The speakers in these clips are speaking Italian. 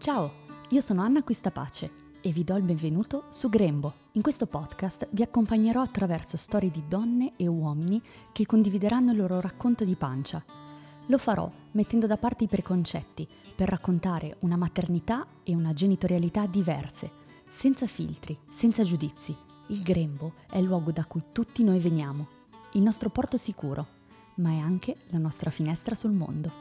Ciao, io sono Anna Quistapace e vi do il benvenuto su Grembo. In questo podcast vi accompagnerò attraverso storie di donne e uomini che condivideranno il loro racconto di pancia. Lo farò mettendo da parte i preconcetti per raccontare una maternità e una genitorialità diverse, senza filtri, senza giudizi. Il Grembo è il luogo da cui tutti noi veniamo, il nostro porto sicuro, ma è anche la nostra finestra sul mondo.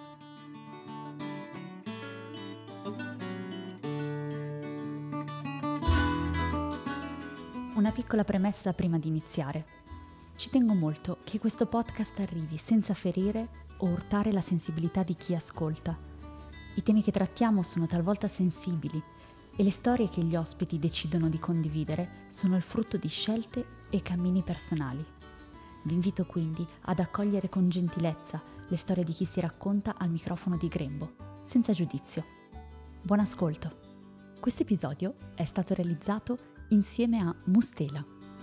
Una piccola premessa prima di iniziare. Ci tengo molto che questo podcast arrivi senza ferire o urtare la sensibilità di chi ascolta. I temi che trattiamo sono talvolta sensibili e le storie che gli ospiti decidono di condividere sono il frutto di scelte e cammini personali. Vi invito quindi ad accogliere con gentilezza le storie di chi si racconta al microfono di Grembo, senza giudizio. Buon ascolto! Questo episodio è stato realizzato insieme a Mustela.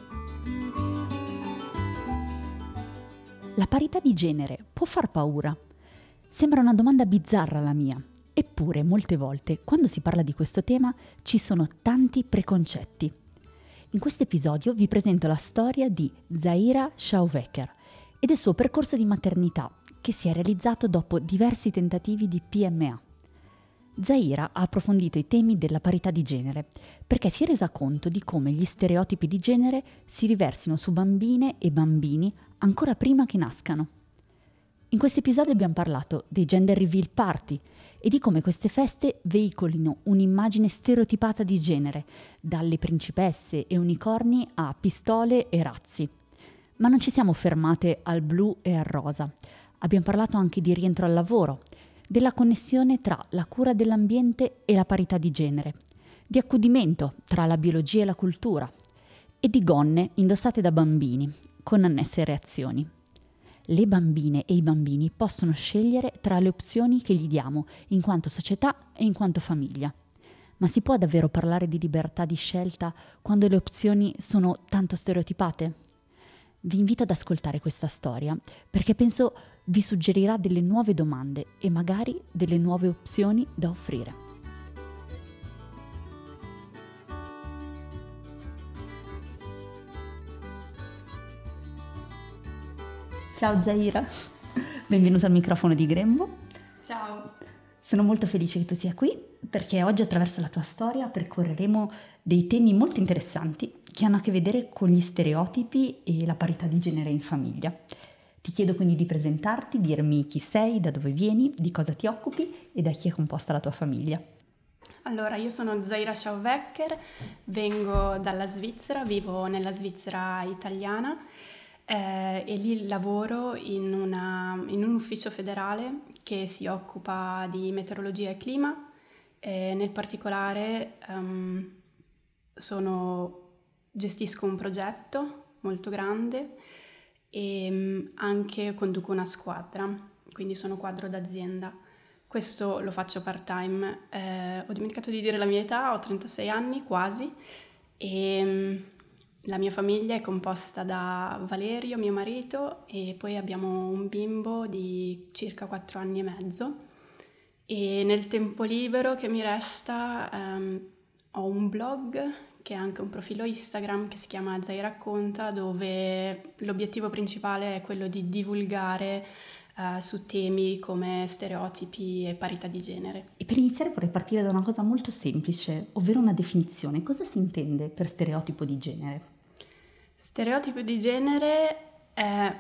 La parità di genere può far paura? Sembra una domanda bizzarra la mia, eppure molte volte quando si parla di questo tema ci sono tanti preconcetti. In questo episodio vi presento la storia di Zaira Schauwecker e del suo percorso di maternità che si è realizzato dopo diversi tentativi di PMA. Zaira ha approfondito i temi della parità di genere perché si è resa conto di come gli stereotipi di genere si riversino su bambine e bambini ancora prima che nascano. In questo episodio abbiamo parlato dei gender reveal party e di come queste feste veicolino un'immagine stereotipata di genere, dalle principesse e unicorni a pistole e razzi. Ma non ci siamo fermate al blu e al rosa. Abbiamo parlato anche di rientro al lavoro, della connessione tra la cura dell'ambiente e la parità di genere, di accudimento tra la biologia e la cultura e di gonne indossate da bambini, con annesse reazioni. Le bambine e i bambini possono scegliere tra le opzioni che gli diamo in quanto società e in quanto famiglia. Ma si può davvero parlare di libertà di scelta quando le opzioni sono tanto stereotipate? Vi invito ad ascoltare questa storia perché penso vi suggerirà delle nuove domande e magari delle nuove opzioni da offrire. Ciao Zaira, benvenuta al microfono di Grembo. Ciao. Sono molto felice che tu sia qui perché oggi attraverso la tua storia percorreremo dei temi molto interessanti che hanno a che vedere con gli stereotipi e la parità di genere in famiglia. Ti chiedo quindi di presentarti, dirmi chi sei, da dove vieni, di cosa ti occupi e da chi è composta la tua famiglia. Allora, io sono Zaira Schauwecker, vengo dalla Svizzera, vivo nella Svizzera italiana e lì lavoro in un ufficio federale che si occupa di meteorologia e clima. Nel particolare gestisco un progetto molto grande e anche conduco una squadra, quindi sono quadro d'azienda. Questo lo faccio part-time. Ho dimenticato di dire la mia età, ho 36 anni quasi e la mia famiglia è composta da Valerio, mio marito, e poi abbiamo un bimbo di circa 4 anni e mezzo. E nel tempo libero che mi resta ho un blog che è anche un profilo Instagram che si chiama Zai Racconta, dove l'obiettivo principale è quello di divulgare su temi come stereotipi e parità di genere. E per iniziare vorrei partire da una cosa molto semplice, ovvero una definizione. Cosa si intende per stereotipo di genere? Stereotipo di genere è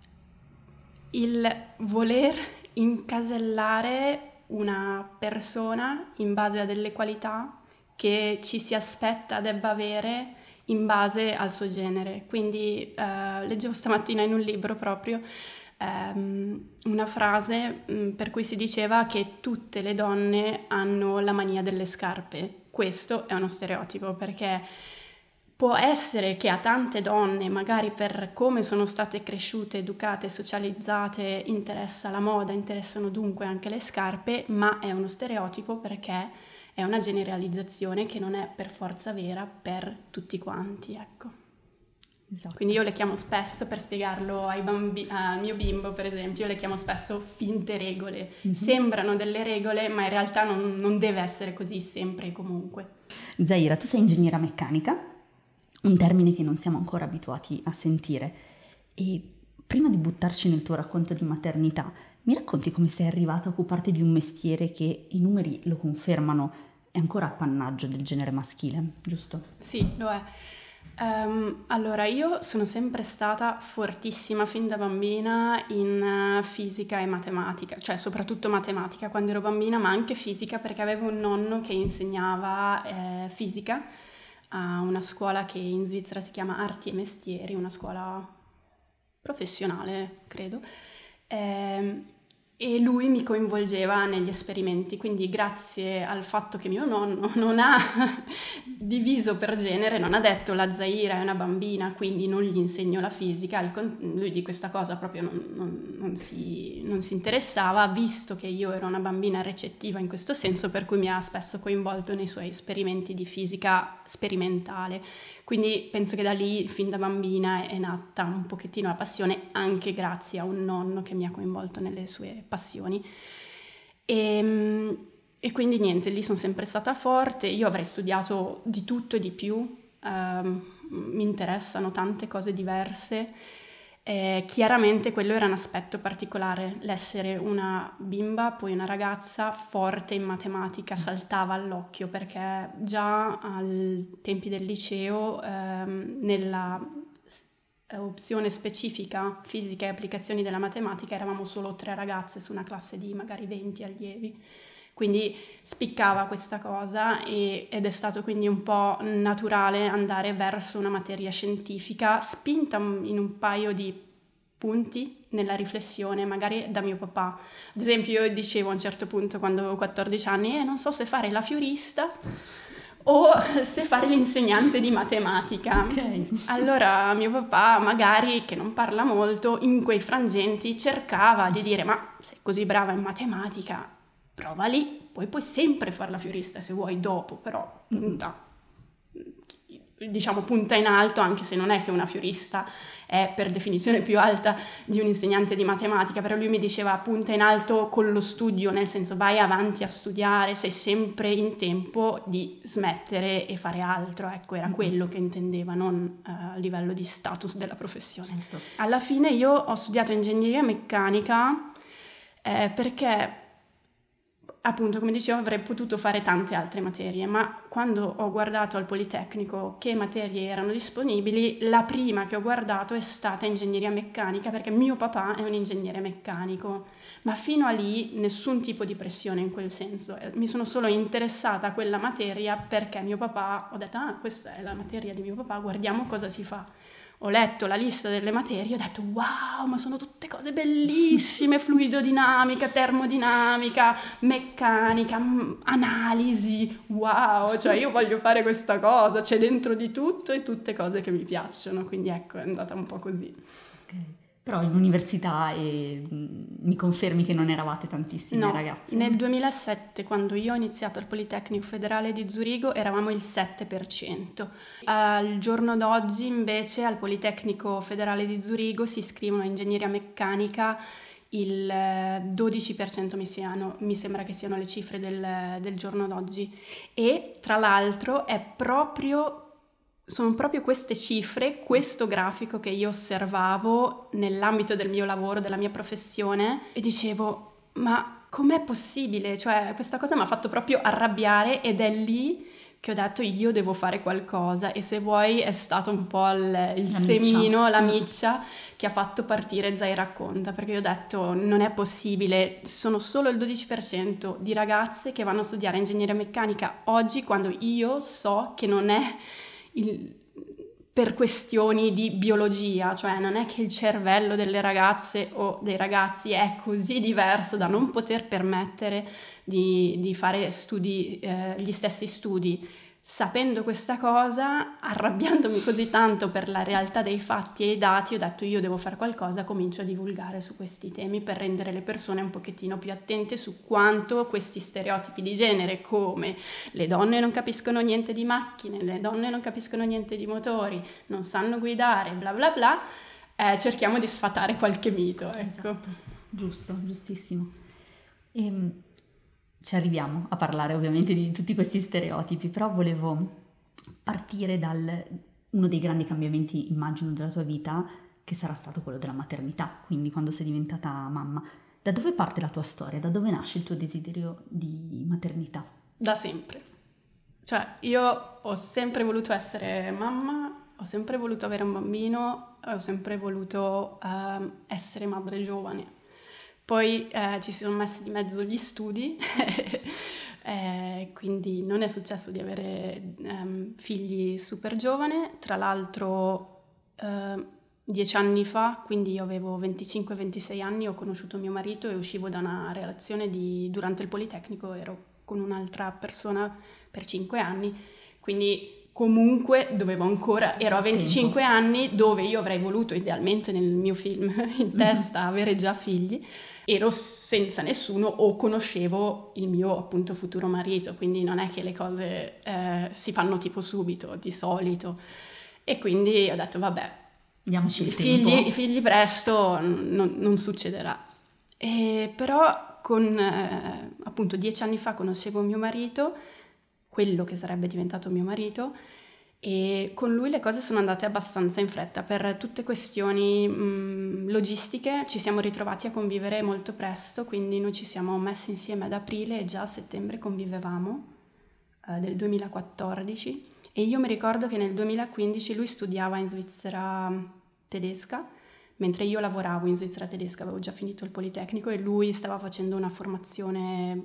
il voler incasellare una persona in base a delle qualità che ci si aspetta debba avere in base al suo genere. Quindi leggevo stamattina in un libro proprio una frase per cui si diceva che tutte le donne hanno la mania delle scarpe. Questo è uno stereotipo perché può essere che a tante donne, magari per come sono state cresciute, educate, socializzate, interessa la moda, interessano dunque anche le scarpe, ma è uno stereotipo perché è una generalizzazione che non è per forza vera per tutti quanti, ecco. Esatto. Quindi io le chiamo spesso, per spiegarlo al mio bimbo per esempio, io le chiamo spesso finte regole. Sembrano delle regole, ma in realtà non deve essere così sempre e comunque. Zaira, tu sei ingegnera meccanica, un termine che non siamo ancora abituati a sentire, e prima di buttarci nel tuo racconto di maternità, mi racconti come sei arrivata a occuparti di un mestiere che i numeri lo confermano, è ancora appannaggio del genere maschile, giusto? Sì, lo è. Allora, io sono sempre stata fortissima fin da bambina in fisica e matematica, cioè soprattutto matematica quando ero bambina, ma anche fisica perché avevo un nonno che insegnava fisica a una scuola che in Svizzera si chiama Arti e Mestieri, una scuola professionale, credo. E lui mi coinvolgeva negli esperimenti, quindi grazie al fatto che mio nonno non ha diviso per genere, non ha detto la Zaira è una bambina, quindi non gli insegno la fisica, lui di questa cosa proprio non si interessava, visto che io ero una bambina recettiva in questo senso, per cui mi ha spesso coinvolto nei suoi esperimenti di fisica sperimentale. Quindi penso che da lì, fin da bambina, è nata un pochettino la passione, anche grazie a un nonno che mi ha coinvolto nelle sue passioni. E quindi niente, lì sono sempre stata forte, io avrei studiato di tutto e di più, mi interessano tante cose diverse. Chiaramente quello era un aspetto particolare, l'essere una bimba, poi una ragazza forte in matematica saltava all'occhio perché già ai tempi del liceo nella opzione specifica fisica e applicazioni della matematica eravamo solo 3 ragazze su una classe di magari 20 allievi. Quindi spiccava questa cosa ed è stato quindi un po' naturale andare verso una materia scientifica, spinta in un paio di punti nella riflessione, magari da mio papà. Ad esempio io dicevo a un certo punto, quando avevo 14 anni, non so se fare la fiorista o se fare l'insegnante di matematica. Ok. Allora mio papà, magari, che non parla molto, in quei frangenti cercava di dire ma sei così brava in matematica, prova lì, poi puoi sempre fare la fiorista se vuoi dopo, però punta in alto, anche se non è che una fiorista è per definizione più alta di un insegnante di matematica, però lui mi diceva punta in alto con lo studio, nel senso vai avanti a studiare, sei sempre in tempo di smettere e fare altro, ecco, era quello che intendeva, non a livello di status della professione. Certo. Alla fine io ho studiato ingegneria meccanica perché appunto, come dicevo, avrei potuto fare tante altre materie, ma quando ho guardato al Politecnico che materie erano disponibili, la prima che ho guardato è stata ingegneria meccanica, perché mio papà è un ingegnere meccanico, ma fino a lì nessun tipo di pressione in quel senso. Mi sono solo interessata a quella materia perché mio papà, ho detto, questa è la materia di mio papà, guardiamo cosa si fa. Ho letto la lista delle materie e ho detto wow, ma sono tutte cose bellissime, fluidodinamica, termodinamica, meccanica, analisi, wow, cioè io voglio fare questa cosa, c'è dentro di tutto e tutte cose che mi piacciono, quindi ecco, è andata un po' così. Okay. Però in università mi confermi che non eravate tantissime ragazze? Nel 2007, quando io ho iniziato al Politecnico Federale di Zurigo, eravamo il 7%. Al giorno d'oggi, invece, al Politecnico Federale di Zurigo si iscrivono a ingegneria meccanica il 12% mi sembra che siano le cifre del giorno d'oggi. E tra l'altro sono proprio queste cifre, questo grafico che io osservavo nell'ambito del mio lavoro, della mia professione, e dicevo, ma com'è possibile? Cioè, questa cosa mi ha fatto proprio arrabbiare ed è lì che ho detto io devo fare qualcosa, e se vuoi è stato un po' il semino, la miccia che ha fatto partire Zai Racconta, perché io ho detto non è possibile, sono solo il 12% di ragazze che vanno a studiare ingegneria meccanica oggi, quando io so che non è per questioni di biologia, cioè non è che il cervello delle ragazze o dei ragazzi è così diverso da non poter permettere di fare studi, gli stessi studi sapendo questa cosa, arrabbiandomi così tanto per la realtà dei fatti e i dati, ho detto io devo fare qualcosa, comincio a divulgare su questi temi per rendere le persone un pochettino più attente su quanto questi stereotipi di genere, come le donne non capiscono niente di macchine, le donne non capiscono niente di motori, non sanno guidare, bla bla bla, cerchiamo di sfatare qualche mito, ecco. Esatto. Giusto, giustissimo. Ci arriviamo a parlare ovviamente di tutti questi stereotipi, però volevo partire dal uno dei grandi cambiamenti, immagino, della tua vita, che sarà stato quello della maternità, quindi quando sei diventata mamma. Da dove parte la tua storia? Da dove nasce il tuo desiderio di maternità? Da sempre. Cioè, io ho sempre voluto essere mamma, ho sempre voluto avere un bambino, ho sempre voluto essere madre giovane. Poi ci si sono messi di mezzo gli studi, quindi non è successo di avere figli super giovane. Tra l'altro 10 anni fa, quindi io avevo 25-26 anni, ho conosciuto mio marito e uscivo da una relazione durante il Politecnico, ero con un'altra persona per 5 anni, quindi comunque dovevo ancora, ero a 25 anni dove io avrei voluto idealmente nel mio film in testa avere già figli, ero senza nessuno o conoscevo il mio appunto futuro marito, quindi non è che le cose si fanno tipo subito, di solito, e quindi ho detto vabbè, diamoci il tempo. I figli presto non succederà. Però con appunto 10 anni fa conoscevo mio marito, quello che sarebbe diventato mio marito, e con lui le cose sono andate abbastanza in fretta per tutte questioni logistiche. Ci siamo ritrovati a convivere molto presto, quindi noi ci siamo messi insieme ad aprile e già a settembre convivevamo del 2014, e io mi ricordo che nel 2015 lui studiava in Svizzera tedesca, mentre io lavoravo in Svizzera tedesca, avevo già finito il Politecnico e lui stava facendo una formazione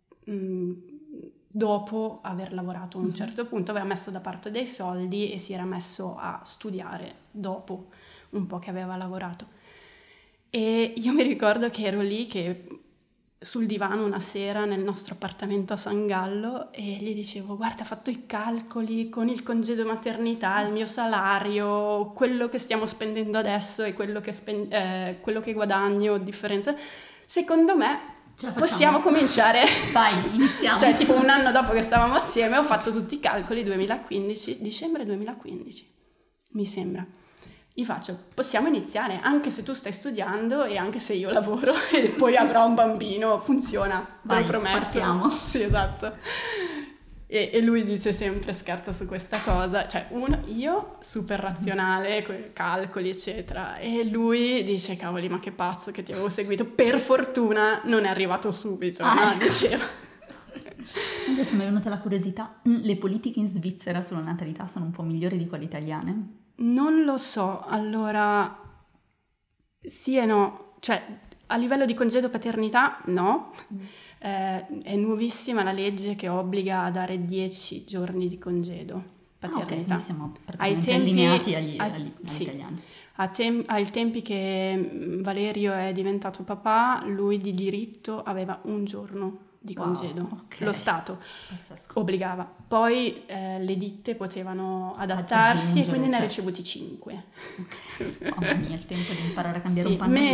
dopo aver lavorato a un certo punto, aveva messo da parte dei soldi e si era messo a studiare dopo un po' che aveva lavorato. E io mi ricordo che ero lì che sul divano una sera nel nostro appartamento a San Gallo e gli dicevo guarda, ho fatto i calcoli con il congedo maternità, il mio salario, quello che stiamo spendendo adesso e quello che guadagno, differenza, secondo me possiamo cominciare. Vai, iniziamo. Cioè tipo un anno dopo che stavamo assieme ho fatto tutti i calcoli, 2015, dicembre 2015 mi sembra. Gli faccio, possiamo iniziare, anche se tu stai studiando e anche se io lavoro e poi avrò un bambino, funziona, te lo prometto. Partiamo. Sì, esatto. E lui dice sempre, scherza su questa cosa, cioè io super razionale, con i calcoli eccetera, e lui dice, cavoli, ma che pazzo che ti avevo seguito, per fortuna non è arrivato subito, no? Diceva. Adesso mi è venuta la curiosità, le politiche in Svizzera sulla natalità sono un po' migliori di quelle italiane? Non lo so, allora sì e no, cioè a livello di congedo paternità no, è nuovissima la legge che obbliga a dare 10 giorni di congedo paternità. Ok, siamo praticamente allineati agli sì. italiani. Ai tempi che Valerio è diventato papà, lui di diritto aveva un giorno di congedo, okay. Lo Stato Pazzesco. obbligava, poi le ditte potevano adattarsi e quindi ne ha ricevuti 5. Okay. Mamma mia, il tempo di imparare a cambiare un pannolino.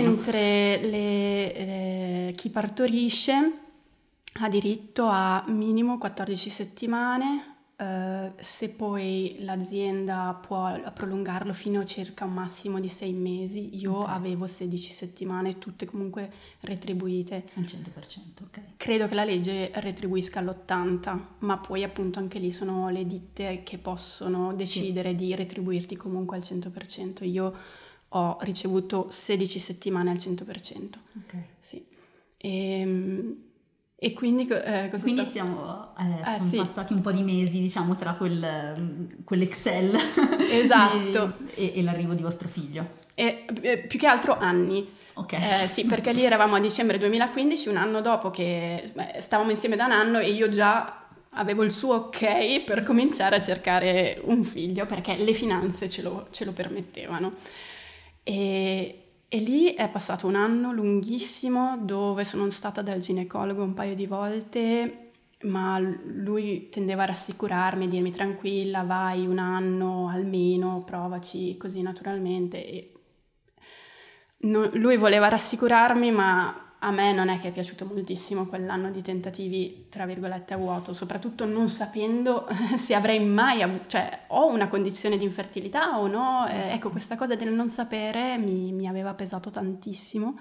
Mentre chi partorisce ha diritto a minimo 14 settimane, se poi l'azienda può prolungarlo fino a circa un massimo di 6 mesi. Io avevo 16 settimane, tutte comunque retribuite. Al 100%, ok. Credo che la legge retribuisca all'80%, ma poi appunto anche lì sono le ditte che possono decidere di retribuirti comunque al 100%. Io ho ricevuto 16 settimane al 100%. Ok. Sì. E quindi quindi sono passati un po' di mesi, diciamo, tra quell'Excel esatto. e l'arrivo di vostro figlio. E più che altro anni. Ok. Sì, perché lì eravamo a dicembre 2015, un anno dopo che stavamo insieme da un anno e io già avevo il suo ok per cominciare a cercare un figlio perché le finanze ce lo permettevano. E lì è passato un anno lunghissimo dove sono stata dal ginecologo un paio di volte, ma lui tendeva a rassicurarmi, a dirmi tranquilla, vai 1 anno almeno, provaci così naturalmente. E lui voleva rassicurarmi, ma a me non è che è piaciuto moltissimo quell'anno di tentativi, tra virgolette, a vuoto, soprattutto non sapendo se avrei mai avuto, cioè ho una condizione di infertilità o no. Ecco, questa cosa del non sapere mi aveva pesato tantissimo.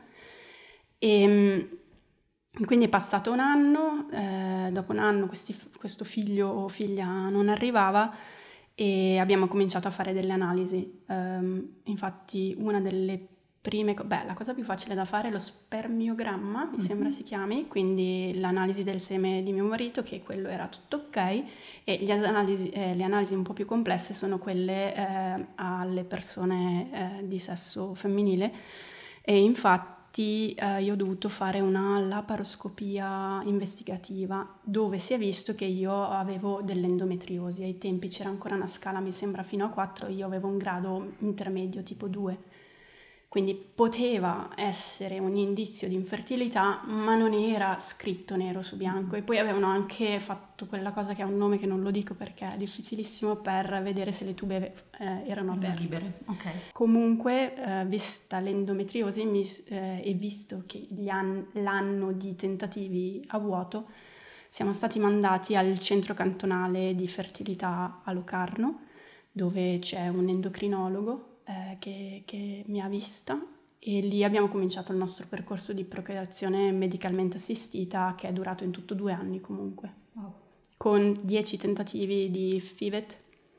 E quindi è passato 1 anno, dopo 1 anno questo figlio o figlia non arrivava e abbiamo cominciato a fare delle analisi. Infatti una delle prime, la cosa più facile da fare è lo spermiogramma, mi sembra si chiami, quindi l'analisi del seme di mio marito, che quello era tutto ok, e le analisi un po' più complesse sono quelle alle persone di sesso femminile, e infatti io ho dovuto fare una laparoscopia investigativa dove si è visto che io avevo dell'endometriosi. Ai tempi c'era ancora una scala, mi sembra fino a 4, io avevo un grado intermedio tipo 2. Quindi poteva essere un indizio di infertilità, ma non era scritto nero su bianco. E poi avevano anche fatto quella cosa che ha un nome che non lo dico perché è difficilissimo, per vedere se le tube erano aperte. Libere, ok. Comunque, vista l'endometriosi e visto che l'anno di tentativi a vuoto, siamo stati mandati al centro cantonale di fertilità a Locarno, dove c'è un endocrinologo che mi ha vista, e lì abbiamo cominciato il nostro percorso di procreazione medicalmente assistita, che è durato in tutto 2 anni comunque. Wow. Con 10 tentativi di FIVET.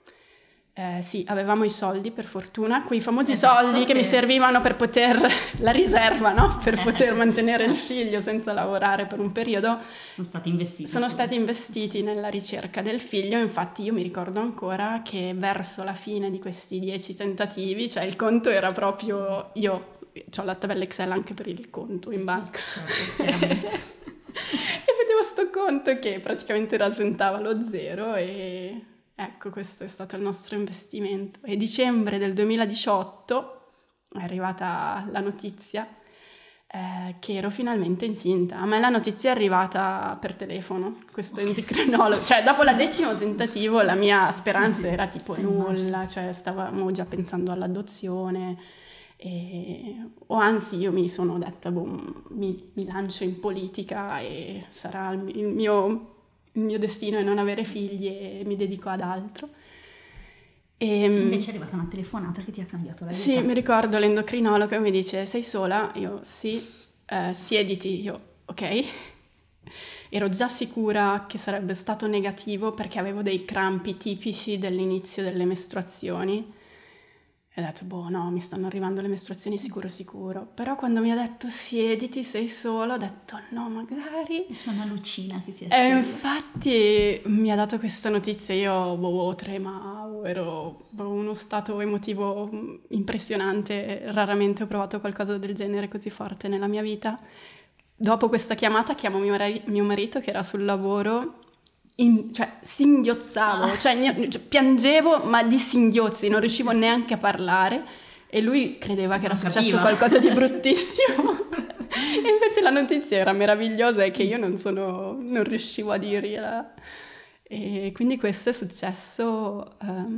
Sì, avevamo i soldi, per fortuna, quei famosi soldi che mi servivano per la riserva, no? Per poter mantenere il figlio senza lavorare per un periodo. Sono stati investiti nella ricerca del figlio. Infatti io mi ricordo ancora che verso la fine di questi 10 tentativi, cioè il conto era proprio, io ho la tabella Excel anche per il conto in banca. Certo, e vedevo sto conto che praticamente rasentava lo zero, e ecco, questo è stato il nostro investimento. E dicembre del 2018 è arrivata la notizia che ero finalmente incinta. A me la notizia è arrivata per telefono, questo endocrinologo. Cioè, dopo la 10° tentativo la mia speranza era tipo nulla, cioè stavamo già pensando all'adozione. O anzi, io mi sono detta, mi lancio in politica e sarà il mio destino è non avere figli e mi dedico ad altro. Invece è arrivata una telefonata che ti ha cambiato la vita. Sì, mi ricordo l'endocrinologo mi dice: sei sola? Io sì. Siediti. Io ok. Ero già sicura che sarebbe stato negativo perché avevo dei crampi tipici dell'inizio delle mestruazioni. E ho detto, no, mi stanno arrivando le mestruazioni sicuro. Però quando mi ha detto siediti, sei sola, ho detto no, magari. C'è una lucina che si accende. E infatti mi ha dato questa notizia, io tremavo, ero uno stato emotivo impressionante. Raramente ho provato qualcosa del genere così forte nella mia vita. Dopo questa chiamata chiamo mio marito che era sul lavoro. Singhiozzavo, piangevo, ma di singhiozzi, non riuscivo neanche a parlare, e lui credeva che era successo qualcosa di bruttissimo. E invece la notizia era meravigliosa e che io non riuscivo a dirgliela. E quindi questo è successo,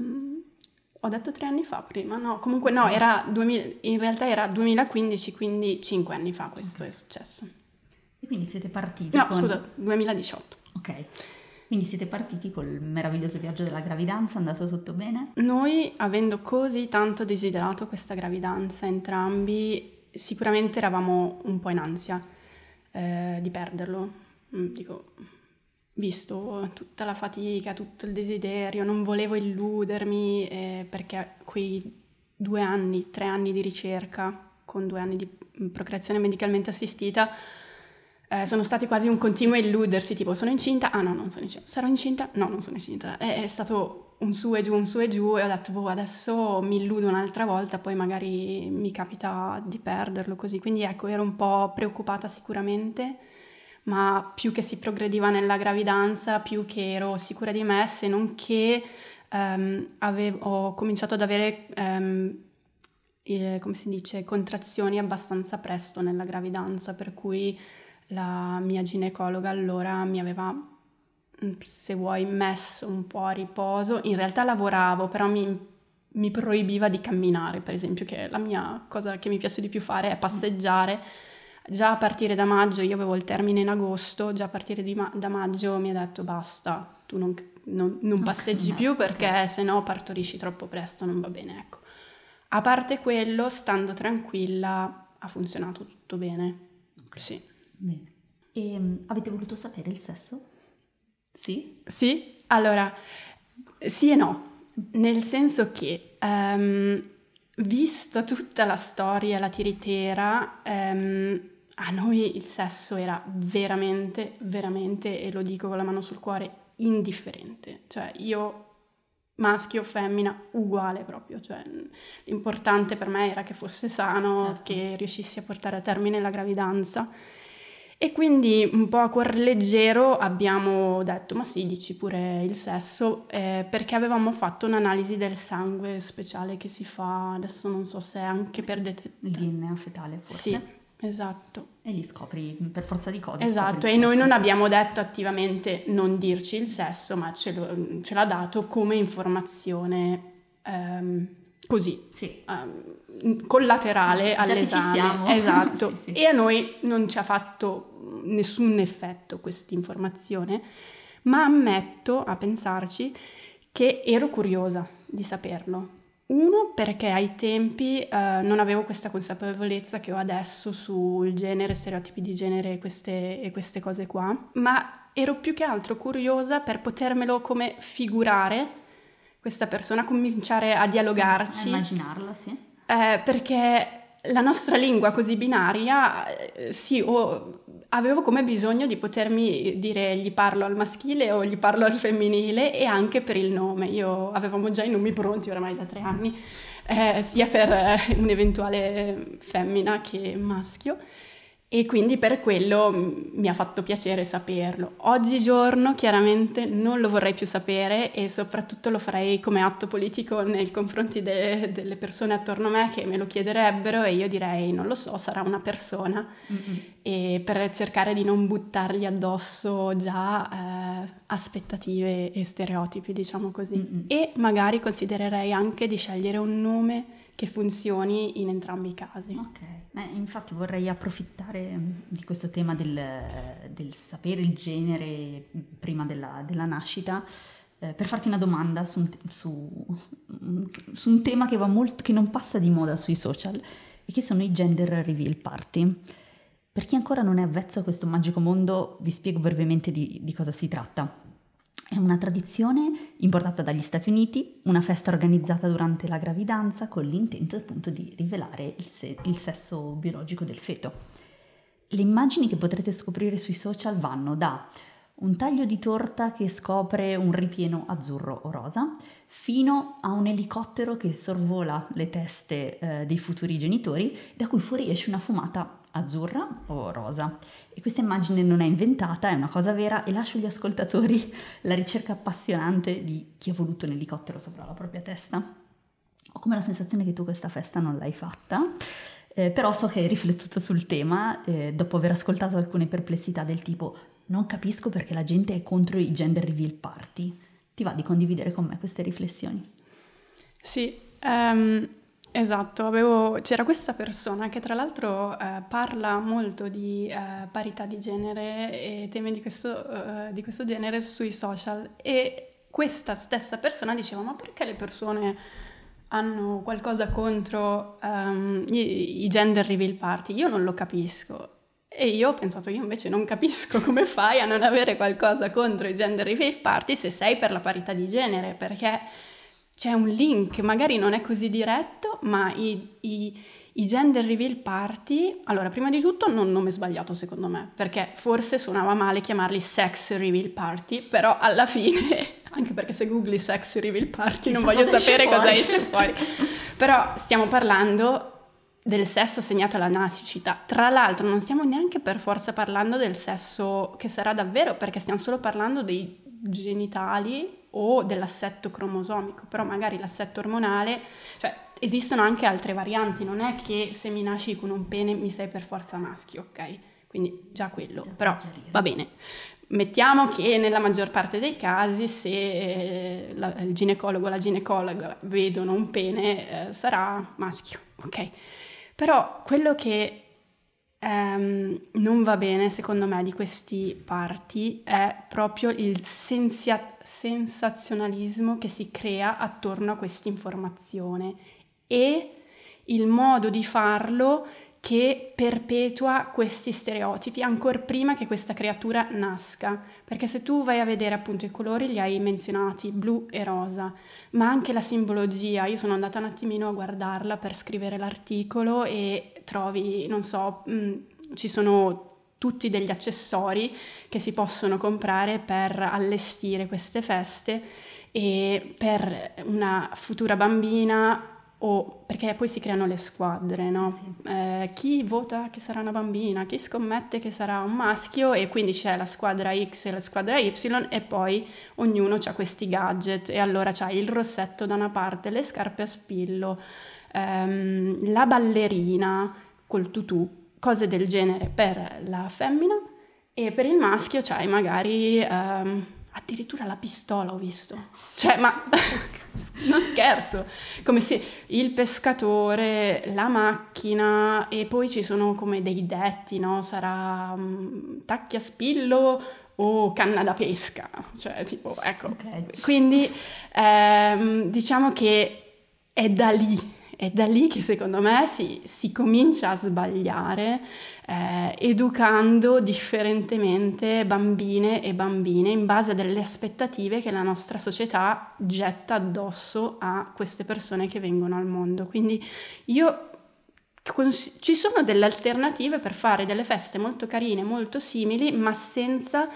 ho detto 3 anni fa prima, no, comunque no, in realtà era 2015, quindi 5 anni fa questo è successo. E quindi siete partiti scusa, 2018. Ok. Quindi siete partiti col meraviglioso viaggio della gravidanza, è andato tutto bene? Noi, avendo così tanto desiderato questa gravidanza entrambi, sicuramente eravamo un po' in ansia di perderlo. Dico, visto tutta la fatica, tutto il desiderio, non volevo illudermi perché quei 2 anni, 3 anni di ricerca con 2 anni di procreazione medicalmente assistita sono stati quasi un continuo illudersi, tipo sono incinta? Ah no, non sono incinta. Sarò incinta? No, non sono incinta. È stato un su e giù, e ho detto adesso mi illudo un'altra volta, poi magari mi capita di perderlo così. Quindi ecco, ero un po' preoccupata sicuramente, ma più che si progrediva nella gravidanza, più che ero sicura di me, se non che ho cominciato ad avere come si dice, contrazioni abbastanza presto nella gravidanza, per cui la mia ginecologa allora mi aveva se vuoi, messo un po' a riposo. In realtà lavoravo, però mi proibiva di camminare, per esempio, che è la mia cosa che mi piace di più fare, è passeggiare. Già a partire da maggio, io avevo il termine in agosto, già a partire da maggio mi ha detto basta, tu non passeggi più perché sennò partorisci troppo presto, non va bene, ecco. A parte quello, stando tranquilla, ha funzionato tutto bene. Okay. Sì. Bene. E avete voluto sapere il sesso? Sì? Sì? Allora, sì e no, nel senso che vista tutta la storia, la tiritera, a noi il sesso era veramente, veramente, e lo dico con la mano sul cuore, indifferente. Cioè io, maschio, femmina, uguale proprio. Cioè, l'importante per me era che fosse sano, Certo. che riuscissi a portare a termine la gravidanza. E quindi un po' a cuor leggero abbiamo detto, ma sì, dici pure il sesso, perché avevamo fatto un'analisi del sangue speciale che si fa, adesso non so se è anche per Il detettare. DNA fetale forse? Sì, esatto. E li scopri per forza di cose. Esatto, scopri e il noi sesso. non abbiamo detto attivamente non dirci il sesso, ma ce l'ha dato come informazione così, Sì. collaterale Già che ci all'esame. siamo. Esatto. Sì, sì. E a noi non ci ha fatto nessun effetto questa informazione, ma ammetto, a pensarci, che ero curiosa di saperlo. Uno, perché ai tempi non avevo questa consapevolezza che ho adesso sul genere, stereotipi di genere e queste cose qua, ma ero più che altro curiosa per potermelo come figurare questa persona, cominciare a dialogarci. Immaginarla, sì. Perché la nostra lingua così binaria, sì, avevo come bisogno di potermi dire gli parlo al maschile o gli parlo al femminile, e anche per il nome. Avevamo già i nomi pronti oramai da 3 anni, sia per un'eventuale femmina che maschio. E quindi per quello mi ha fatto piacere saperlo. Oggigiorno chiaramente non lo vorrei più sapere, e soprattutto lo farei come atto politico nei confronti delle persone attorno a me che me lo chiederebbero, e io direi non lo so, sarà una persona. E per cercare di non buttargli addosso già aspettative e stereotipi, diciamo così. E magari considererei anche di scegliere un nome che funzioni in entrambi i casi. Ok, infatti vorrei approfittare di questo tema del sapere il genere prima della nascita, per farti una domanda su un tema che va molto, che non passa di moda sui social, e che sono i gender reveal party. Per chi ancora non è avvezzo a questo magico mondo, vi spiego brevemente di cosa si tratta. È una tradizione importata dagli Stati Uniti, una festa organizzata durante la gravidanza con l'intento appunto di rivelare il sesso biologico del feto. Le immagini che potrete scoprire sui social vanno da un taglio di torta che scopre un ripieno azzurro o rosa, fino a un elicottero che sorvola le teste dei futuri genitori, da cui fuoriesce una fumata azzurra o rosa. E questa immagine non è inventata, è una cosa vera, e lascio agli ascoltatori la ricerca appassionante di chi ha voluto un elicottero sopra la propria testa. Ho come la sensazione che tu questa festa non l'hai fatta, però so che hai riflettuto sul tema dopo aver ascoltato alcune perplessità del tipo non capisco perché la gente è contro i gender reveal party. Ti va di condividere con me queste riflessioni? Sì, esatto, c'era questa persona che tra l'altro parla molto di parità di genere e temi di questo genere sui social, e questa stessa persona diceva ma perché le persone hanno qualcosa contro i gender reveal party? Io non lo capisco. E io ho pensato, io invece non capisco come fai a non avere qualcosa contro i gender reveal party se sei per la parità di genere, perché c'è un link, magari non è così diretto, ma i gender reveal party, allora prima di tutto non nome sbagliato secondo me, perché forse suonava male chiamarli sex reveal party, però alla fine, anche perché se googli sex reveal party non voglio sapere cosa esce fuori, però stiamo parlando del sesso assegnato alla nascita. Tra l'altro non stiamo neanche per forza parlando del sesso che sarà davvero, perché stiamo solo parlando dei genitali o dell'assetto cromosomico, però magari l'assetto ormonale, cioè esistono anche altre varianti, non è che se mi nasci con un pene mi sei per forza maschio, ok? quindi già quello, però va bene. Mettiamo che nella maggior parte dei casi se il ginecologo o la ginecologa vedono un pene sarà maschio, ok? Però quello che non va bene secondo me di questi parti è proprio il sensazionalismo che si crea attorno a questa informazione e il modo di farlo che perpetua questi stereotipi ancora prima che questa creatura nasca, perché se tu vai a vedere appunto i colori li hai menzionati, blu e rosa, ma anche la simbologia, io sono andata un attimino a guardarla per scrivere l'articolo e trovi, non so, ci sono tutti degli accessori che si possono comprare per allestire queste feste e per una futura bambina o perché poi si creano le squadre, no? Sì. Chi vota che sarà una bambina, chi scommette che sarà un maschio e quindi c'è la squadra X e la squadra Y e poi ognuno ha questi gadget e allora c'hai il rossetto da una parte, le scarpe a spillo, la ballerina col tutù, cose del genere per la femmina e per il maschio c'hai magari addirittura la pistola ho visto, cioè ma non scherzo, come se il pescatore, la macchina e poi ci sono come dei detti, no? Sarà tacchi a spillo o canna da pesca, cioè tipo ecco, okay. Quindi diciamo che è da lì che secondo me si comincia a sbagliare educando differentemente bambine e bambine in base a delle aspettative che la nostra società getta addosso a queste persone che vengono al mondo. Quindi ci sono delle alternative per fare delle feste molto carine, molto simili, ma senza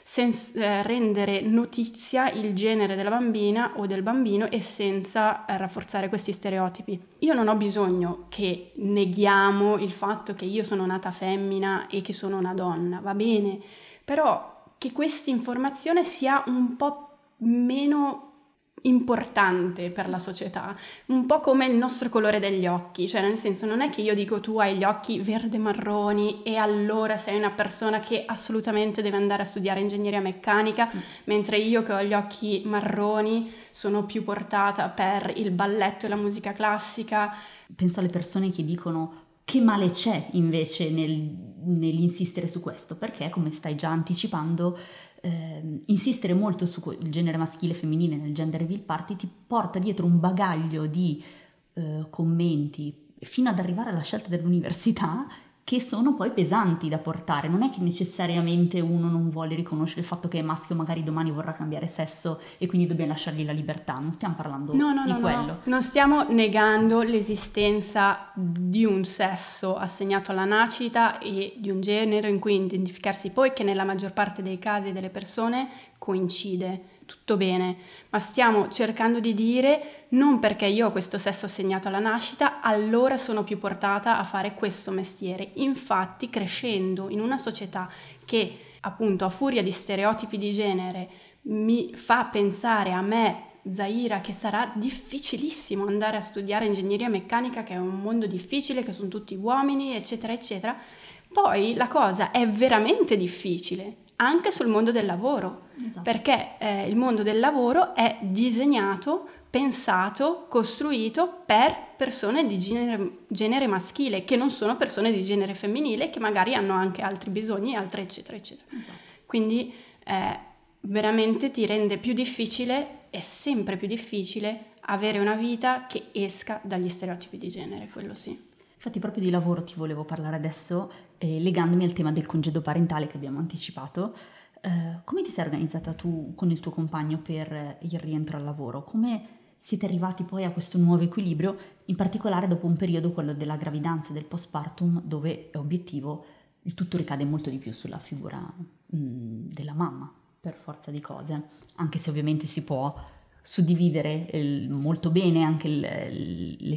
rendere notizia il genere della bambina o del bambino e senza rafforzare questi stereotipi. Io non ho bisogno che neghiamo il fatto che io sono nata femmina e che sono una donna, va bene, però che questa informazione sia un po' meno importante per la società, un po' come il nostro colore degli occhi, cioè nel senso non è che io dico tu hai gli occhi verde marroni e allora sei una persona che assolutamente deve andare a studiare ingegneria meccanica, mentre io che ho gli occhi marroni sono più portata per il balletto e la musica classica. Penso alle persone che dicono che male c'è invece nell'insistere su questo, perché come stai già anticipando insistere molto sul genere maschile e femminile nel gender reveal party ti porta dietro un bagaglio di commenti fino ad arrivare alla scelta dell'università che sono poi pesanti da portare. Non è che necessariamente uno non vuole riconoscere il fatto che è maschio, magari domani vorrà cambiare sesso e quindi dobbiamo lasciargli la libertà. Non stiamo parlando di quello. No. Non stiamo negando l'esistenza di un sesso assegnato alla nascita e di un genere in cui identificarsi poi, che nella maggior parte dei casi delle persone coincide. Tutto bene, ma stiamo cercando di dire non perché io ho questo sesso assegnato alla nascita, allora sono più portata a fare questo mestiere. Infatti, crescendo in una società che appunto a furia di stereotipi di genere mi fa pensare a me, Zaira, che sarà difficilissimo andare a studiare ingegneria meccanica, che è un mondo difficile, che sono tutti uomini, eccetera, eccetera, poi la cosa è veramente difficile. Anche sul mondo del lavoro, esatto. Perché il mondo del lavoro è disegnato, pensato, costruito per persone di genere maschile, che non sono persone di genere femminile, che magari hanno anche altri bisogni, altre eccetera, eccetera. Esatto. Quindi veramente ti rende più difficile, è sempre più difficile, avere una vita che esca dagli stereotipi di genere, quello sì. Infatti proprio di lavoro ti volevo parlare adesso, legandomi al tema del congedo parentale che abbiamo anticipato. Come ti sei organizzata tu con il tuo compagno per il rientro al lavoro? Come siete arrivati poi a questo nuovo equilibrio, in particolare dopo un periodo, quello della gravidanza e del postpartum, dove è obiettivo, il tutto ricade molto di più sulla figura della mamma, per forza di cose, anche se ovviamente si può suddividere molto bene anche le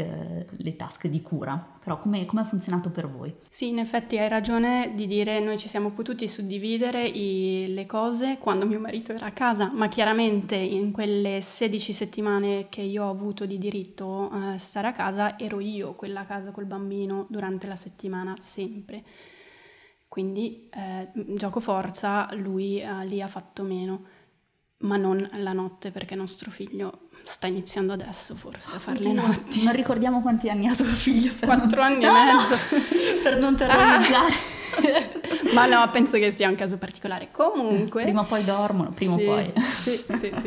task di cura, però come ha funzionato per voi? Sì, in effetti hai ragione di dire noi ci siamo potuti suddividere le cose quando mio marito era a casa, ma chiaramente in quelle 16 settimane che io ho avuto di diritto a stare a casa ero io quella a casa col bambino durante la settimana sempre. quindi gioco forza lui lì ha fatto meno, ma non la notte, perché nostro figlio sta iniziando adesso forse a fare le notti. Non ricordiamo quanti anni ha tuo figlio. 4 anni e mezzo. Per non terrorizzare. Ma no, penso che sia un caso particolare. Comunque... Prima o poi dormono, prima o poi. Sì.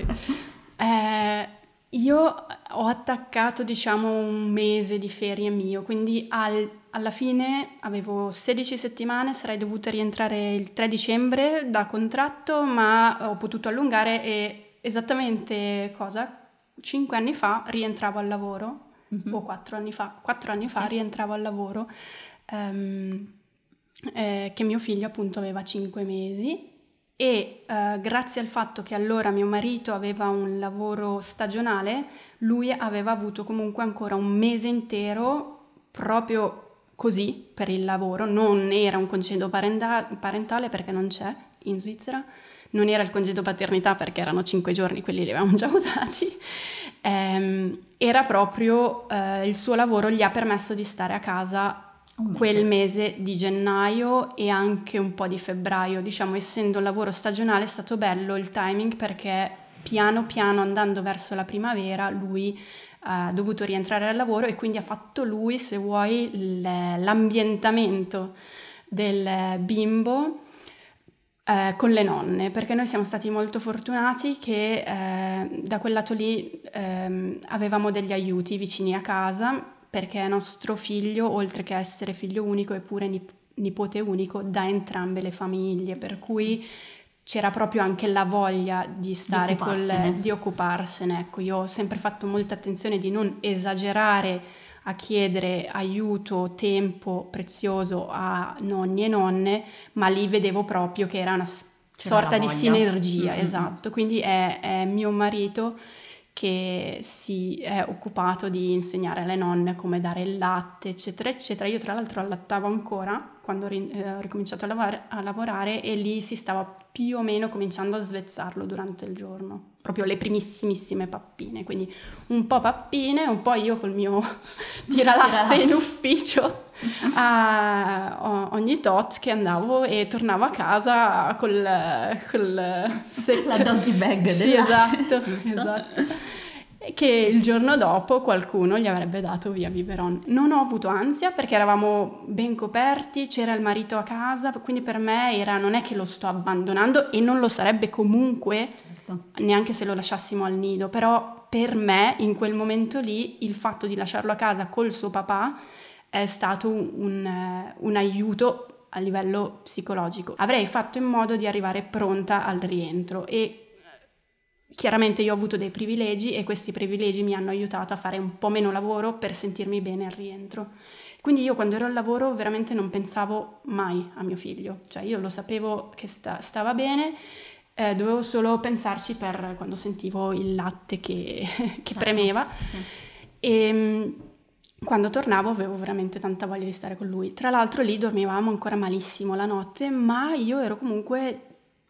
Io ho attaccato, diciamo, un mese di ferie mio, quindi alla fine avevo 16 settimane, sarei dovuta rientrare il 3 dicembre da contratto, ma ho potuto allungare e esattamente 5 anni fa rientravo al lavoro, o 4 anni fa, sì, rientravo al lavoro, che mio figlio appunto aveva 5 mesi. E grazie al fatto che allora mio marito aveva un lavoro stagionale, lui aveva avuto comunque ancora un mese intero proprio così per il lavoro. Non era un congedo parentale perché non c'è in Svizzera, non era il congedo paternità perché erano 5 giorni, quelli li avevamo già usati. Era proprio il suo lavoro gli ha permesso di stare a casa quel mese di gennaio e anche un po' di febbraio, diciamo, essendo un lavoro stagionale è stato bello il timing, perché piano piano andando verso la primavera lui ha dovuto rientrare al lavoro e quindi ha fatto lui, se vuoi, l'ambientamento del bimbo con le nonne, perché noi siamo stati molto fortunati che da quel lato lì avevamo degli aiuti vicini a casa, perché nostro figlio, oltre che essere figlio unico, è pure nipote unico da entrambe le famiglie, per cui c'era proprio anche la voglia di stare di occuparsene. Ecco, io ho sempre fatto molta attenzione di non esagerare a chiedere aiuto, tempo prezioso a nonni e nonne, ma lì vedevo proprio che era una sorta di sinergia, esatto. Quindi è mio marito che si è occupato di insegnare alle nonne come dare il latte, eccetera, eccetera. Io tra l'altro allattavo ancora quando ho ricominciato a lavorare e lì si stava più o meno cominciando a svezzarlo durante il giorno. Proprio le primissimissime pappine, quindi un po' pappine, un po' io col mio tiralatte in ufficio, ogni tot che andavo e tornavo a casa col set. La doggy bag. Sì, esatto. Che il giorno dopo qualcuno gli avrebbe dato via biberon. Non ho avuto ansia perché eravamo ben coperti, c'era il marito a casa, quindi per me non è che lo sto abbandonando, e non lo sarebbe comunque, certo, neanche se lo lasciassimo al nido, però per me in quel momento lì il fatto di lasciarlo a casa col suo papà è stato un aiuto a livello psicologico. Avrei fatto in modo di arrivare pronta al rientro, e chiaramente io ho avuto dei privilegi e questi privilegi mi hanno aiutato a fare un po' meno lavoro per sentirmi bene al rientro. Quindi io quando ero al lavoro veramente non pensavo mai a mio figlio, cioè io lo sapevo che stava bene, dovevo solo pensarci per quando sentivo il latte che certo, premeva. Sì. E quando tornavo avevo veramente tanta voglia di stare con lui. Tra l'altro lì dormivamo ancora malissimo la notte, ma io ero comunque...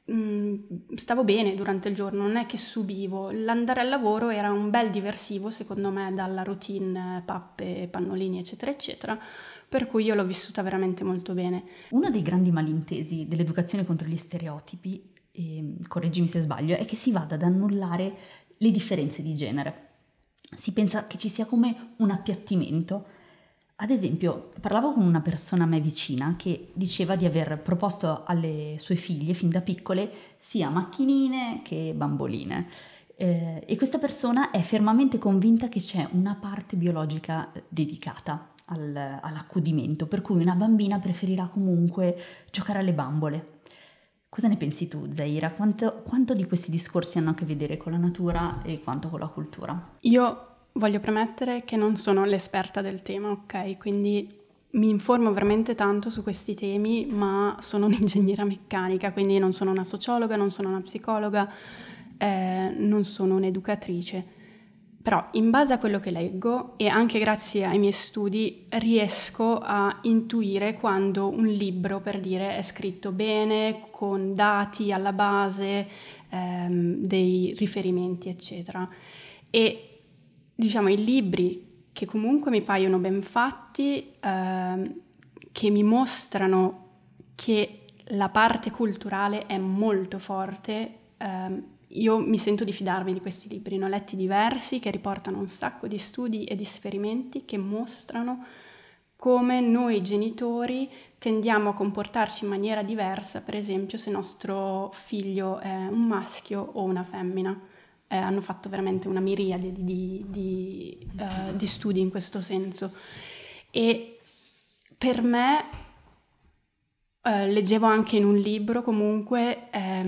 stavo bene durante il giorno, non è che subivo. L'andare al lavoro era un bel diversivo secondo me dalla routine pappe, pannolini eccetera eccetera, per cui io l'ho vissuta veramente molto bene. Uno dei grandi malintesi dell'educazione contro gli stereotipi, correggimi se sbaglio, è che si vada ad annullare le differenze di genere. Si pensa che ci sia come un appiattimento. Ad esempio, parlavo con una persona a me vicina che diceva di aver proposto alle sue figlie fin da piccole sia macchinine che bamboline, e questa persona è fermamente convinta che c'è una parte biologica dedicata all'accudimento, per cui una bambina preferirà comunque giocare alle bambole. Cosa ne pensi tu, Zaira? Quanto di questi discorsi hanno a che vedere con la natura e quanto con la cultura? Io voglio premettere che non sono l'esperta del tema, ok? Quindi mi informo veramente tanto su questi temi, ma sono un'ingegnera meccanica, quindi non sono una sociologa, non sono una psicologa, non sono un'educatrice. Però in base a quello che leggo e anche grazie ai miei studi riesco a intuire quando un libro, per dire, è scritto bene, con dati alla base, dei riferimenti, eccetera. E diciamo i libri che comunque mi paiono ben fatti, che mi mostrano che la parte culturale è molto forte. Io mi sento di fidarmi di questi libri, ne ho letti diversi che riportano un sacco di studi e di esperimenti che mostrano come noi genitori tendiamo a comportarci in maniera diversa, per esempio se nostro figlio è un maschio o una femmina. Hanno fatto veramente una miriade di studi in questo senso. E per me, leggevo anche in un libro comunque,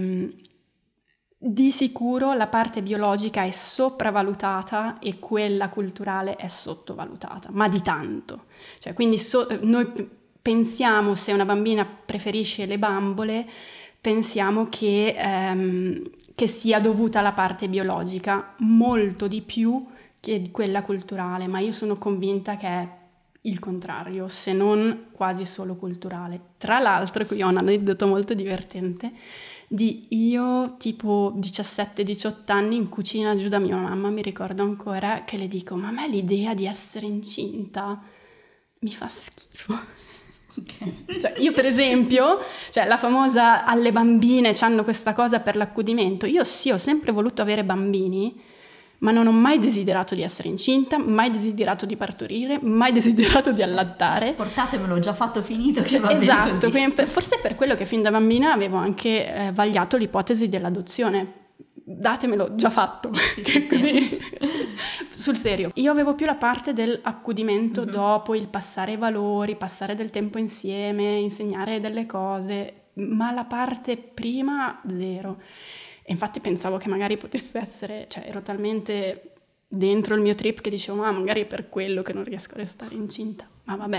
di sicuro la parte biologica è sopravvalutata e quella culturale è sottovalutata, ma di tanto. Cioè, quindi noi pensiamo, se una bambina preferisce le bambole, pensiamo che sia dovuta alla parte biologica, molto di più che di quella culturale, ma io sono convinta che è il contrario, se non quasi solo culturale. Tra l'altro, qui ho un aneddoto molto divertente, io tipo 17-18 anni in cucina giù da mia mamma, mi ricordo ancora che le dico: ma a me l'idea di essere incinta mi fa schifo. Okay. Cioè, io per esempio, la famosa alle bambine c'hanno questa cosa per l'accudimento, io sì, ho sempre voluto avere bambini, ma non ho mai desiderato di essere incinta, mai desiderato di partorire, mai desiderato di allattare. Portatemelo, ho già fatto, finito, che va esatto, bene così. Forse è per quello che fin da bambina avevo anche vagliato l'ipotesi dell'adozione. Datemelo, già fatto, sì. Così sul serio. Io avevo più la parte dell'accudimento dopo, il passare i valori, passare del tempo insieme, insegnare delle cose, ma la parte prima zero. E infatti pensavo che magari potesse essere, ero talmente dentro il mio trip che dicevo: ma magari è per quello che non riesco a restare incinta. Ma vabbè.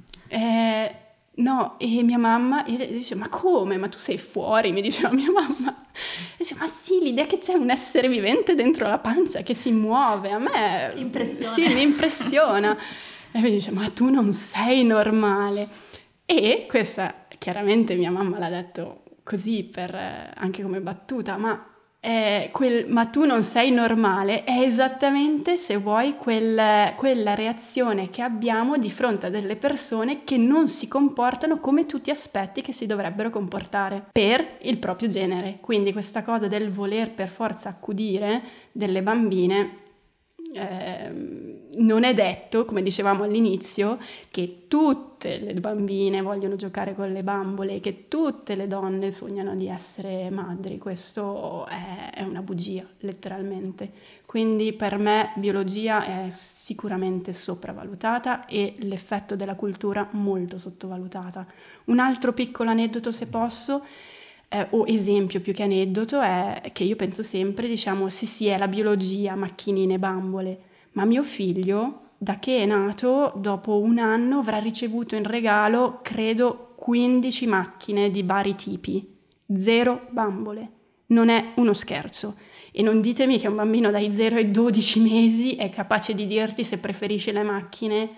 No, e mia mamma dice: ma come? Ma tu sei fuori? Mi diceva mia mamma. E dice: ma sì, l'idea che c'è un essere vivente dentro la pancia che si muove, a me impressiona. Sì, mi impressiona. E mi dice: ma tu non sei normale. E questa chiaramente mia mamma l'ha detto così anche come battuta, ma ma tu non sei normale è esattamente, se vuoi, quella reazione che abbiamo di fronte a delle persone che non si comportano come tu ti aspetti che si dovrebbero comportare per il proprio genere. Quindi questa cosa del voler per forza accudire delle bambine, non è detto, come dicevamo all'inizio, che tutte le bambine vogliono giocare con le bambole, che tutte le donne sognano di essere madri. Questo è una bugia, letteralmente. Quindi per me biologia è sicuramente sopravvalutata e l'effetto della cultura molto sottovalutata. Un altro piccolo aneddoto, se posso, o esempio più che aneddoto, è che io penso sempre, diciamo, sì, è la biologia, macchinine, bambole, ma mio figlio, da che è nato, dopo un anno avrà ricevuto in regalo, credo, 15 macchine di vari tipi, 0 bambole. Non è uno scherzo. E non ditemi che un bambino dai 0 ai 12 mesi è capace di dirti se preferisce le macchine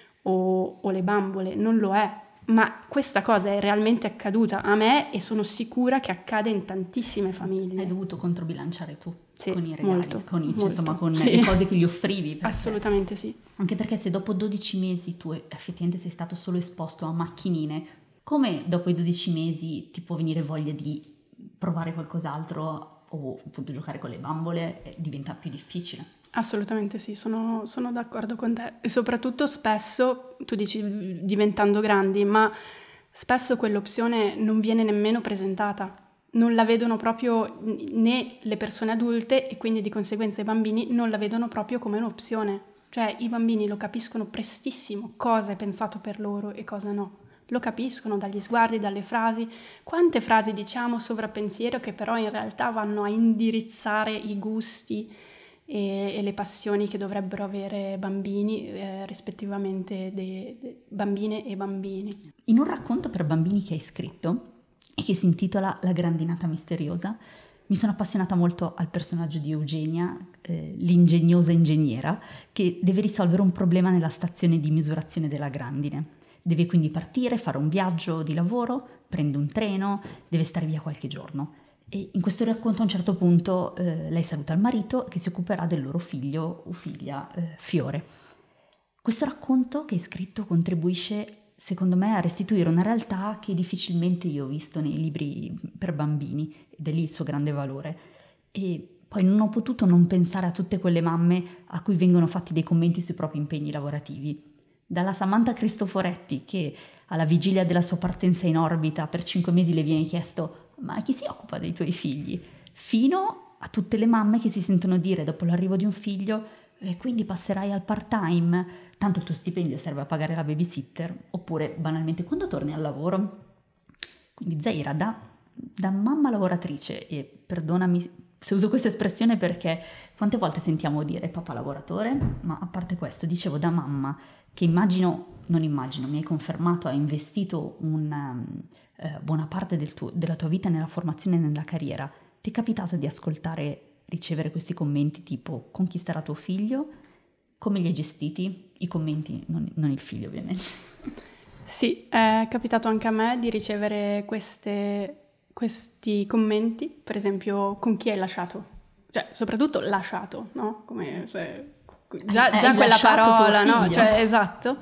o le bambole, non lo è. Ma questa cosa è realmente accaduta a me e sono sicura che accade in tantissime famiglie. Hai dovuto controbilanciare tu, sì, con i regali, molto, con sì, le cose che gli offrivi. Assolutamente sì. Anche perché se dopo 12 mesi tu effettivamente sei stato solo esposto a macchinine, come dopo i 12 mesi ti può venire voglia di provare qualcos'altro o appunto giocare con le bambole? Diventa più difficile. Assolutamente sì, sono d'accordo con te. E soprattutto spesso, tu dici diventando grandi, ma spesso quell'opzione non viene nemmeno presentata. Non la vedono proprio né le persone adulte e quindi di conseguenza i bambini non la vedono proprio come un'opzione. Cioè i bambini lo capiscono prestissimo cosa è pensato per loro e cosa no. Lo capiscono dagli sguardi, dalle frasi. Quante frasi diciamo sovrappensiero che però in realtà vanno a indirizzare i gusti e le passioni che dovrebbero avere bambini, rispettivamente bambine e bambini. In un racconto per bambini che hai scritto e che si intitola La grandinata misteriosa, mi sono appassionata molto al personaggio di Eugenia, l'ingegnosa ingegnera, che deve risolvere un problema nella stazione di misurazione della grandine. Deve quindi partire, fare un viaggio di lavoro, prende un treno, deve stare via qualche giorno. E in questo racconto a un certo punto lei saluta il marito che si occuperà del loro figlio o figlia Fiore. Questo racconto che hai scritto contribuisce secondo me, a restituire una realtà che difficilmente io ho visto nei libri per bambini, ed è lì il suo grande valore. E poi non ho potuto non pensare a tutte quelle mamme a cui vengono fatti dei commenti sui propri impegni lavorativi. Dalla Samantha Cristoforetti, che alla vigilia della sua partenza in orbita per 5 mesi le viene chiesto «Ma chi si occupa dei tuoi figli?», fino a tutte le mamme che si sentono dire dopo l'arrivo di un figlio «E quindi passerai al part-time, tanto il tuo stipendio serve a pagare la babysitter», oppure banalmente «Quando torni al lavoro?». Quindi Zaira, da mamma lavoratrice, e perdonami se uso questa espressione perché quante volte sentiamo dire papà lavoratore, ma a parte questo, dicevo da mamma che mi hai confermato, ha investito una buona parte della tua vita nella formazione e nella carriera. Ti è capitato di ricevere questi commenti tipo conquisterà tuo figlio? Come li hai gestiti? I commenti, non il figlio ovviamente. Sì, è capitato anche a me di ricevere questi commenti, per esempio con chi hai lasciato, cioè soprattutto lasciato, no? Come se già quella parola, no? Cioè, esatto.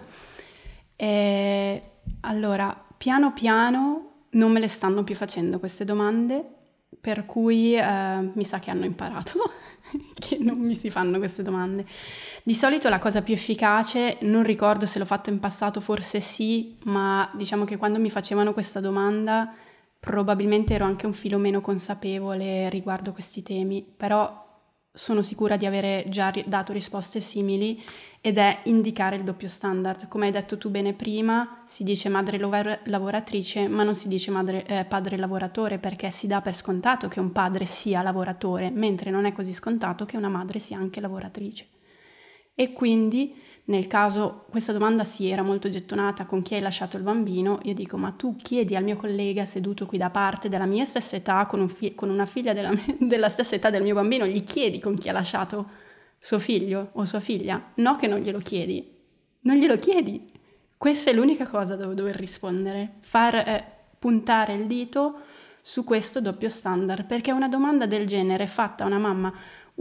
E allora, piano piano non me le stanno più facendo queste domande, per cui mi sa che hanno imparato che non mi si fanno queste domande. Di solito la cosa più efficace, non ricordo se l'ho fatto in passato, forse sì, ma diciamo che quando mi facevano questa domanda probabilmente ero anche un filo meno consapevole riguardo questi temi, però sono sicura di avere già dato risposte simili, ed è indicare il doppio standard. Come hai detto tu bene prima, si dice madre lavoratrice, ma non si dice padre lavoratore, perché si dà per scontato che un padre sia lavoratore, mentre non è così scontato che una madre sia anche lavoratrice. E quindi, nel caso questa domanda si era molto gettonata con chi hai lasciato il bambino, io dico: ma tu chiedi al mio collega seduto qui da parte, della mia stessa età, con una figlia della stessa età del mio bambino, gli chiedi con chi ha lasciato suo figlio o sua figlia? No, che non glielo chiedi. Non glielo chiedi. Questa è l'unica cosa dove dover rispondere. Puntare il dito su questo doppio standard, perché una domanda del genere fatta a una mamma,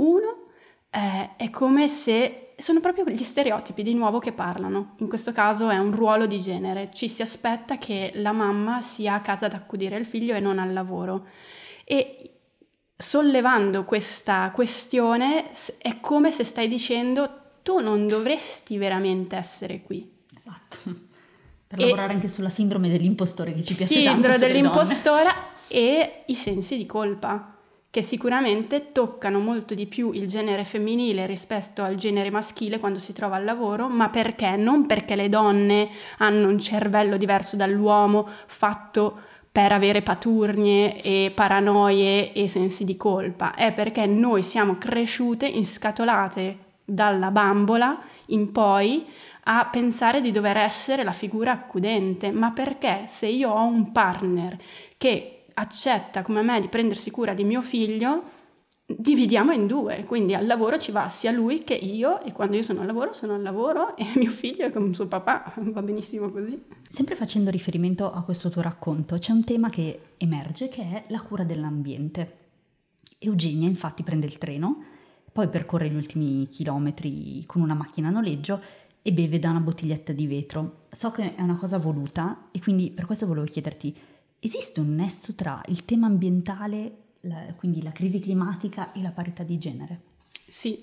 è come se sono proprio gli stereotipi di nuovo che parlano. In questo caso è un ruolo di genere. Ci si aspetta che la mamma sia a casa ad accudire il figlio e non al lavoro. E sollevando questa questione è come se stai dicendo: tu non dovresti veramente essere qui. Esatto. Per lavorare anche sulla sindrome dell'impostore che ci piace tanto. Sindrome dell'impostore e i sensi di colpa, che sicuramente toccano molto di più il genere femminile rispetto al genere maschile quando si trova al lavoro, ma perché? Non perché le donne hanno un cervello diverso dall'uomo fatto per avere paturnie e paranoie e sensi di colpa, è perché noi siamo cresciute inscatolate dalla bambola in poi a pensare di dover essere la figura accudente. Ma perché se io ho un partner che accetta come me di prendersi cura di mio figlio, dividiamo in due, quindi al lavoro ci va sia lui che io, e quando io sono al lavoro e mio figlio è con suo papà, va benissimo così. Sempre facendo riferimento a questo tuo racconto, c'è un tema che emerge, che è la cura dell'ambiente. Eugenia infatti prende il treno, poi percorre gli ultimi chilometri con una macchina a noleggio e beve da una bottiglietta di vetro. So che è una cosa voluta e quindi per questo volevo chiederti: esiste un nesso tra il tema ambientale, quindi la crisi climatica, e la parità di genere? Sì,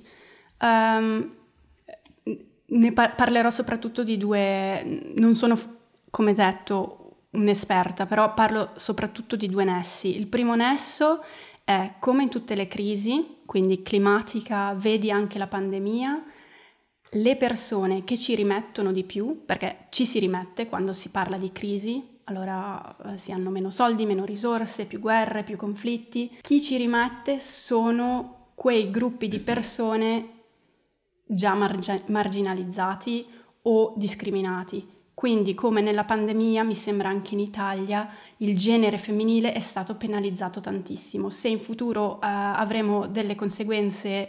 ne parlerò soprattutto di due, non sono, come detto, un'esperta, però parlo soprattutto di due nessi. Il primo nesso è, come in tutte le crisi, quindi climatica, vedi anche la pandemia, le persone che ci rimettono di più, perché ci si rimette quando si parla di crisi, allora si hanno meno soldi, meno risorse, più guerre, più conflitti. Chi ci rimette sono quei gruppi di persone già marginalizzati o discriminati. Quindi, come nella pandemia, mi sembra anche in Italia, il genere femminile è stato penalizzato tantissimo. Se in futuro avremo delle conseguenze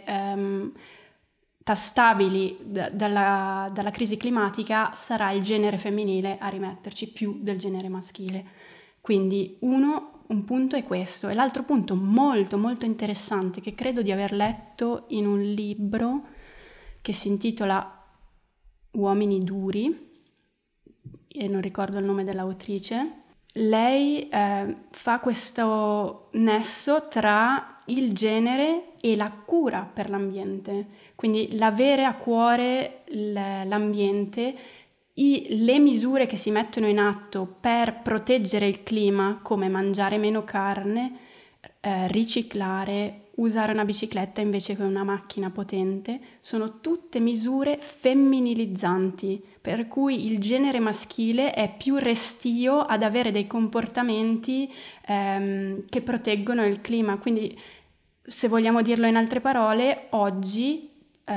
tastabili dalla crisi climatica, sarà il genere femminile a rimetterci più del genere maschile. Quindi un punto è questo, e l'altro punto molto molto interessante, che credo di aver letto in un libro che si intitola Uomini duri, e non ricordo il nome dell'autrice, lei fa questo nesso tra il genere e la cura per l'ambiente, quindi l'avere a cuore l'ambiente, le misure che si mettono in atto per proteggere il clima, come mangiare meno carne, riciclare, usare una bicicletta invece che una macchina potente, sono tutte misure femminilizzanti, per cui il genere maschile è più restio ad avere dei comportamenti che proteggono il clima. Quindi, se vogliamo dirlo in altre parole, oggi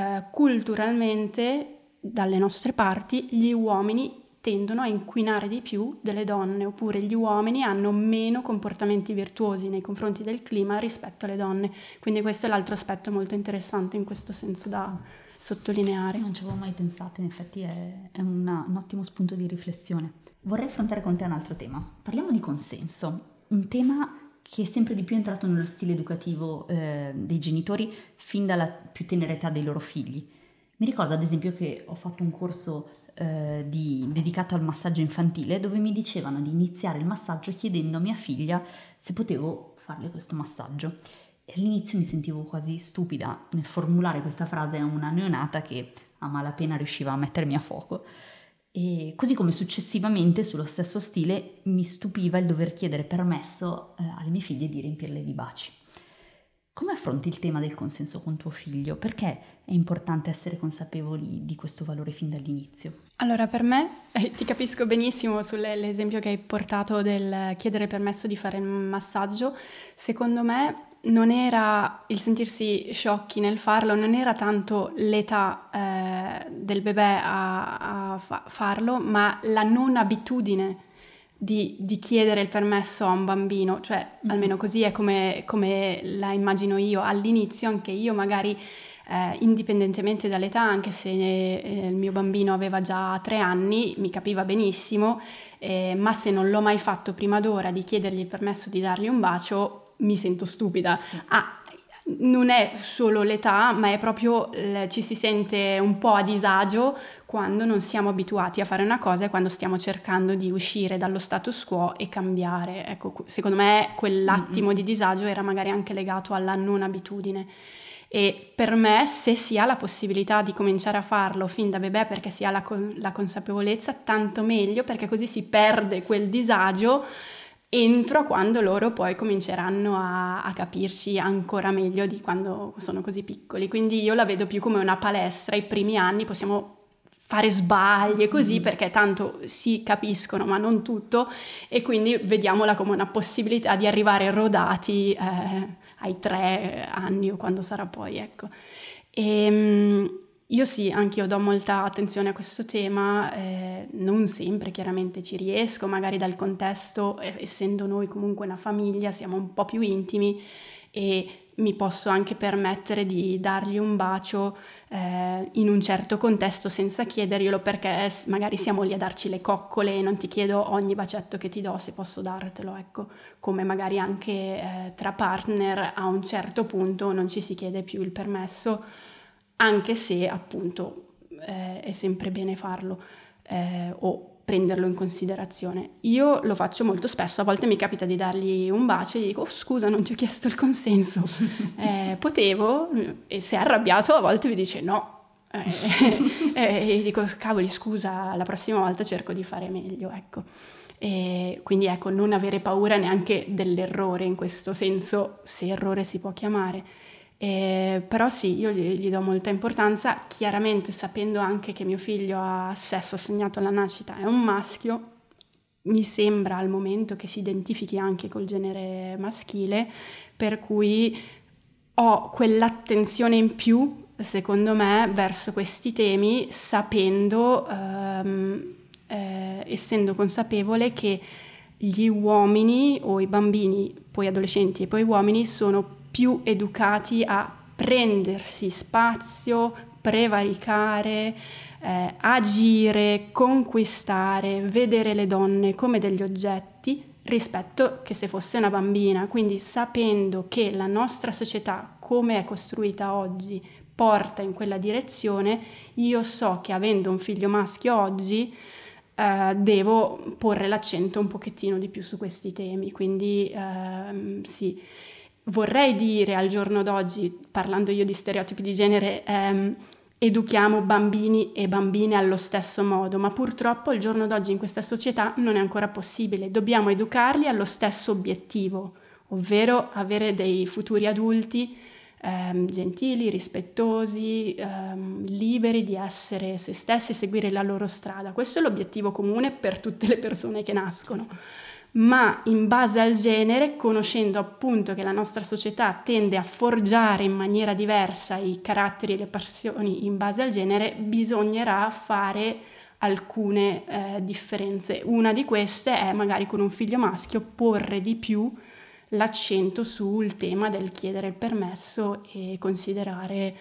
culturalmente dalle nostre parti gli uomini tendono a inquinare di più delle donne, oppure gli uomini hanno meno comportamenti virtuosi nei confronti del clima rispetto alle donne. Quindi questo è l'altro aspetto molto interessante in questo senso da sottolineare. Non ci avevo mai pensato, in effetti è un ottimo spunto di riflessione. Vorrei affrontare con te un altro tema. Parliamo di consenso, un tema che è sempre di più entrato nello stile educativo dei genitori fin dalla più tenera età dei loro figli. Mi ricordo ad esempio che ho fatto un corso dedicato al massaggio infantile, dove mi dicevano di iniziare il massaggio chiedendo a mia figlia se potevo farle questo massaggio. E all'inizio mi sentivo quasi stupida nel formulare questa frase a una neonata che a malapena riusciva a mettermi a fuoco. E così come successivamente, sullo stesso stile, mi stupiva il dover chiedere permesso alle mie figlie di riempirle di baci. Come affronti il tema del consenso con tuo figlio? Perché è importante essere consapevoli di questo valore fin dall'inizio? Allora, per me, ti capisco benissimo sull'esempio che hai portato del chiedere permesso di fare il massaggio. Secondo me non era il sentirsi sciocchi nel farlo, non era tanto l'età del bebè a farlo, ma la non abitudine di chiedere il permesso a un bambino, cioè almeno così è come la immagino io. All'inizio anche io magari indipendentemente dall'età, anche se il mio bambino aveva già 3 anni, mi capiva benissimo, ma se non l'ho mai fatto prima d'ora di chiedergli il permesso di dargli un bacio, mi sento stupida. Sì. Non è solo l'età, ma è proprio ci si sente un po' a disagio quando non siamo abituati a fare una cosa e quando stiamo cercando di uscire dallo status quo e cambiare. Ecco, secondo me quell'attimo di disagio era magari anche legato alla non abitudine. E per me, se si ha la possibilità di cominciare a farlo fin da bebè, perché si ha la consapevolezza, tanto meglio, perché così si perde quel disagio entro quando loro poi cominceranno a capirci ancora meglio di quando sono così piccoli. Quindi io la vedo più come una palestra. I primi anni possiamo fare sbagli e così, perché tanto si capiscono, ma non tutto, e quindi vediamola come una possibilità di arrivare rodati ai 3 anni o quando sarà poi, ecco. Io sì, anche io do molta attenzione a questo tema, non sempre chiaramente ci riesco, magari dal contesto, essendo noi comunque una famiglia, siamo un po' più intimi e mi posso anche permettere di dargli un bacio in un certo contesto senza chiederglielo, perché magari siamo lì a darci le coccole e non ti chiedo ogni bacetto che ti do se posso dartelo, ecco, come magari anche tra partner a un certo punto non ci si chiede più il permesso, anche se appunto è sempre bene farlo o prenderlo in considerazione. Io lo faccio molto spesso, a volte mi capita di dargli un bacio e gli dico: oh, scusa, non ti ho chiesto il consenso, potevo? E se è arrabbiato a volte mi dice no, e dico: cavoli, scusa, la prossima volta cerco di fare meglio, ecco. E quindi ecco, non avere paura neanche dell'errore in questo senso, se errore si può chiamare. Però sì, io gli do molta importanza, chiaramente sapendo anche che mio figlio a sesso assegnato alla nascita è un maschio, mi sembra al momento che si identifichi anche col genere maschile, per cui ho quell'attenzione in più, secondo me, verso questi temi, sapendo, essendo consapevole che gli uomini o i bambini, poi adolescenti e poi uomini, sono più educati a prendersi spazio, prevaricare, agire, conquistare, vedere le donne come degli oggetti rispetto che se fosse una bambina. Quindi sapendo che la nostra società, come è costruita oggi, porta in quella direzione, io so che avendo un figlio maschio oggi devo porre l'accento un pochettino di più su questi temi. Quindi sì, vorrei dire al giorno d'oggi, parlando io di stereotipi di genere, educhiamo bambini e bambine allo stesso modo, ma purtroppo al giorno d'oggi in questa società non è ancora possibile. Dobbiamo educarli allo stesso obiettivo, ovvero avere dei futuri adulti gentili, rispettosi, liberi di essere se stessi e seguire la loro strada. Questo è l'obiettivo comune per tutte le persone che nascono. Ma in base al genere, conoscendo appunto che la nostra società tende a forgiare in maniera diversa i caratteri e le passioni in base al genere, bisognerà fare alcune differenze. Una di queste è magari con un figlio maschio porre di più l'accento sul tema del chiedere il permesso e considerare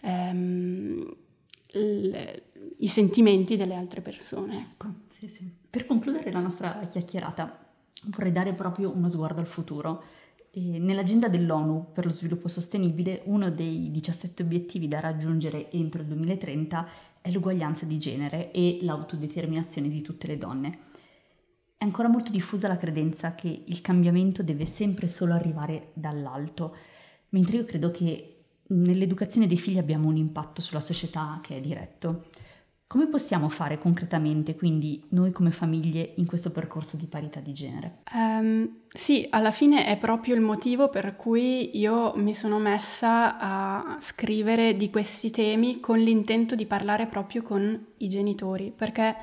i sentimenti delle altre persone. Ecco. Sì, sì. Per concludere la nostra chiacchierata, vorrei dare proprio uno sguardo al futuro. Nell'agenda dell'ONU per lo sviluppo sostenibile, uno dei 17 obiettivi da raggiungere entro il 2030 è l'uguaglianza di genere e l'autodeterminazione di tutte le donne. È ancora molto diffusa la credenza che il cambiamento deve sempre solo arrivare dall'alto, mentre io credo che nell'educazione dei figli abbiamo un impatto sulla società che è diretto. Come possiamo fare concretamente, quindi, noi come famiglie in questo percorso di parità di genere? Sì, alla fine è proprio il motivo per cui io mi sono messa a scrivere di questi temi con l'intento di parlare proprio con i genitori, perché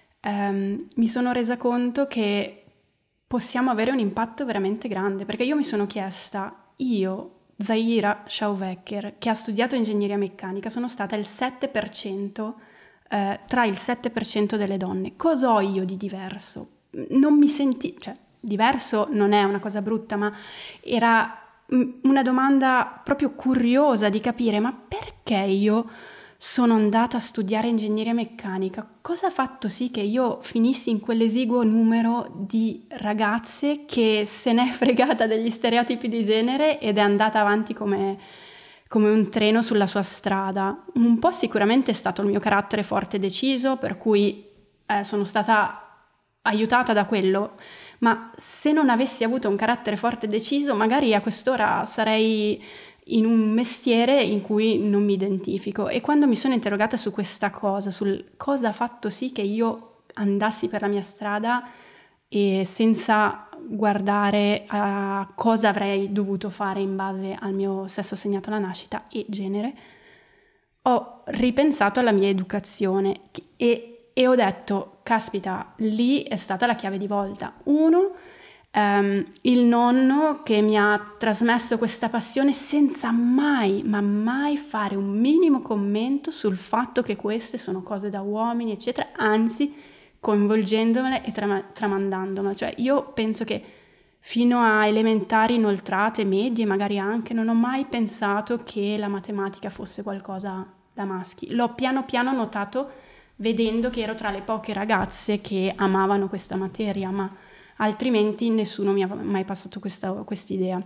mi sono resa conto che possiamo avere un impatto veramente grande, perché io mi sono chiesta, Zahira Schauwecker, che ha studiato ingegneria meccanica, sono stata il 7%, tra il 7% delle donne. Cosa ho io di diverso? Non mi cioè, diverso non è una cosa brutta, ma era una domanda proprio curiosa di capire, ma perché io sono andata a studiare ingegneria meccanica? Cosa ha fatto sì che io finissi in quell'esiguo numero di ragazze che se n'è fregata degli stereotipi di genere ed è andata avanti come un treno sulla sua strada? Un po' sicuramente è stato il mio carattere forte e deciso, per cui sono stata aiutata da quello, ma se non avessi avuto un carattere forte e deciso, magari a quest'ora sarei in un mestiere in cui non mi identifico. E quando mi sono interrogata su questa cosa, sul cosa ha fatto sì che io andassi per la mia strada e senza guardare a cosa avrei dovuto fare in base al mio sesso assegnato alla nascita e genere, ho ripensato alla mia educazione e ho detto, caspita, lì è stata la chiave di volta. Uno, il nonno che mi ha trasmesso questa passione senza mai, ma mai fare un minimo commento sul fatto che queste sono cose da uomini, eccetera, anzi coinvolgendomele e tramandandomele. Cioè io penso che fino a elementari inoltrate, medie magari anche, non ho mai pensato che la matematica fosse qualcosa da maschi. L'ho piano piano notato vedendo che ero tra le poche ragazze che amavano questa materia, ma altrimenti nessuno mi ha mai passato questa idea.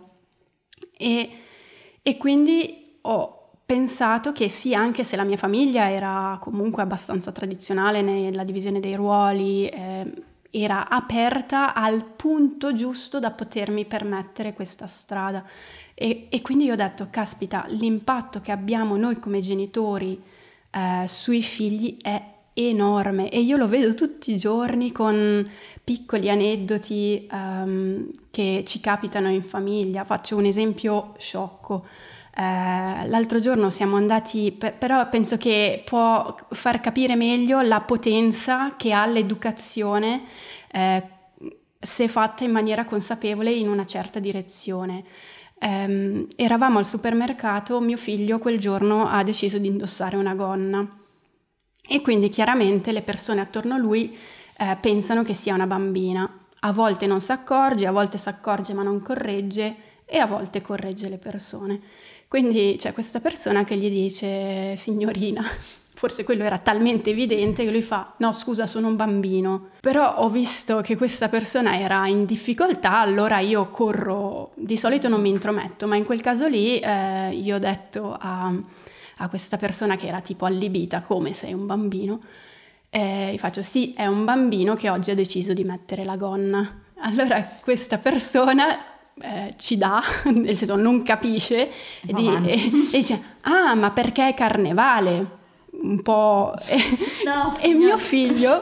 E quindi ho pensato che sì, anche se la mia famiglia era comunque abbastanza tradizionale nella divisione dei ruoli, era aperta al punto giusto da potermi permettere questa strada. E quindi io ho detto, caspita, l'impatto che abbiamo noi come genitori sui figli è enorme e io lo vedo tutti i giorni con piccoli aneddoti che ci capitano in famiglia. Faccio un esempio sciocco. L'altro giorno siamo andati, però penso che può far capire meglio la potenza che ha l'educazione se fatta in maniera consapevole in una certa direzione. Eravamo al supermercato, mio figlio quel giorno ha deciso di indossare una gonna e quindi chiaramente le persone attorno a lui pensano che sia una bambina. A volte non si accorge, a volte si accorge ma non corregge e a volte corregge le persone. Quindi c'è questa persona che gli dice signorina, forse quello era talmente evidente che lui fa no scusa sono un bambino, però ho visto che questa persona era in difficoltà, allora io corro, di solito non mi intrometto, ma in quel caso lì io ho detto a questa persona che era tipo allibita come sei un bambino, Gli faccio sì, è un bambino che oggi ha deciso di mettere la gonna. Allora questa persona ci dà, nel senso non capisce e dice ah ma perché è carnevale? Un po'... No, e mio figlio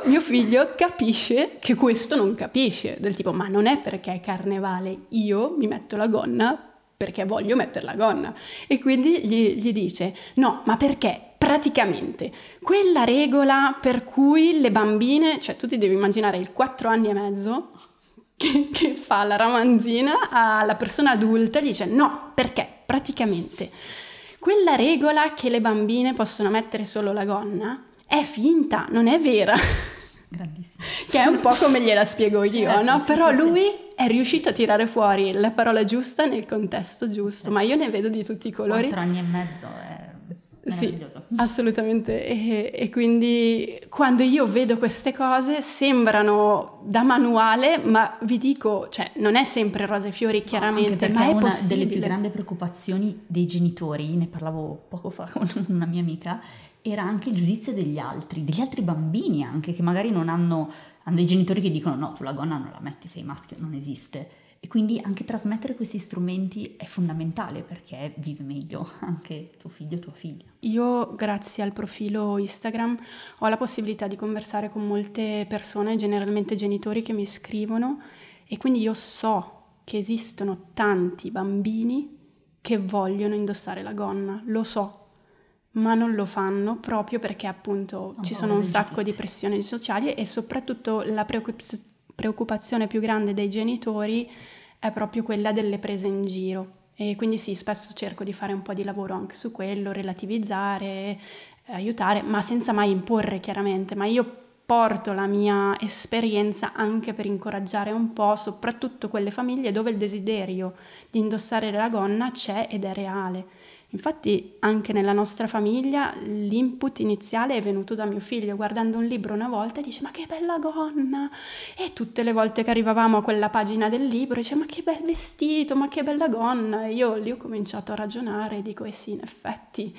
capisce che questo non capisce, del tipo ma non è perché è carnevale, io mi metto la gonna perché voglio mettere la gonna. E quindi gli dice no ma perché praticamente quella regola per cui le bambine, cioè tu ti devi immaginare il 4 anni e mezzo che fa la ramanzina alla persona adulta e gli dice no perché praticamente quella regola che le bambine possono mettere solo la gonna è finta, non è vera. Grandissimo. Che è un po' come gliela spiego io, certo, no? Sì, però sì, lui è riuscito a tirare fuori la parola giusta nel contesto giusto, ma io ne vedo di tutti i colori. 4 anni e mezzo è meraviglioso. Sì, assolutamente. E quindi quando io vedo queste cose sembrano da manuale, ma vi dico, cioè non è sempre rose e fiori chiaramente, ma è una possibile. delle più grandi preoccupazioni dei genitori, ne parlavo poco fa con una mia amica, era anche il giudizio degli altri bambini anche, che magari non hanno dei genitori che dicono no, tu la gonna non la metti, sei maschio, non esiste. E quindi anche trasmettere questi strumenti è fondamentale perché vive meglio anche tuo figlio e tua figlia. Io, grazie al profilo Instagram, ho la possibilità di conversare con molte persone, generalmente genitori, che mi scrivono, e quindi io so che esistono tanti bambini che vogliono indossare la gonna, lo so, ma non lo fanno proprio perché appunto ci sono un sacco di pressioni sociali e soprattutto la preoccupazione più grande dei genitori è proprio quella delle prese in giro. E quindi sì, spesso cerco di fare un po' di lavoro anche su quello, relativizzare, aiutare, ma senza mai imporre chiaramente. Ma io porto la mia esperienza anche per incoraggiare un po', soprattutto quelle famiglie dove il desiderio di indossare la gonna c'è ed è reale. Infatti anche nella nostra famiglia l'input iniziale è venuto da mio figlio, guardando un libro una volta e dice ma che bella gonna, e tutte le volte che arrivavamo a quella pagina del libro dice ma che bel vestito, ma che bella gonna, e io lì ho cominciato a ragionare e dico sì, in effetti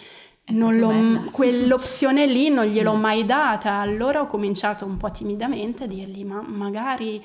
quell'opzione lì non gliel'ho mai data. Allora ho cominciato un po' timidamente a dirgli ma magari...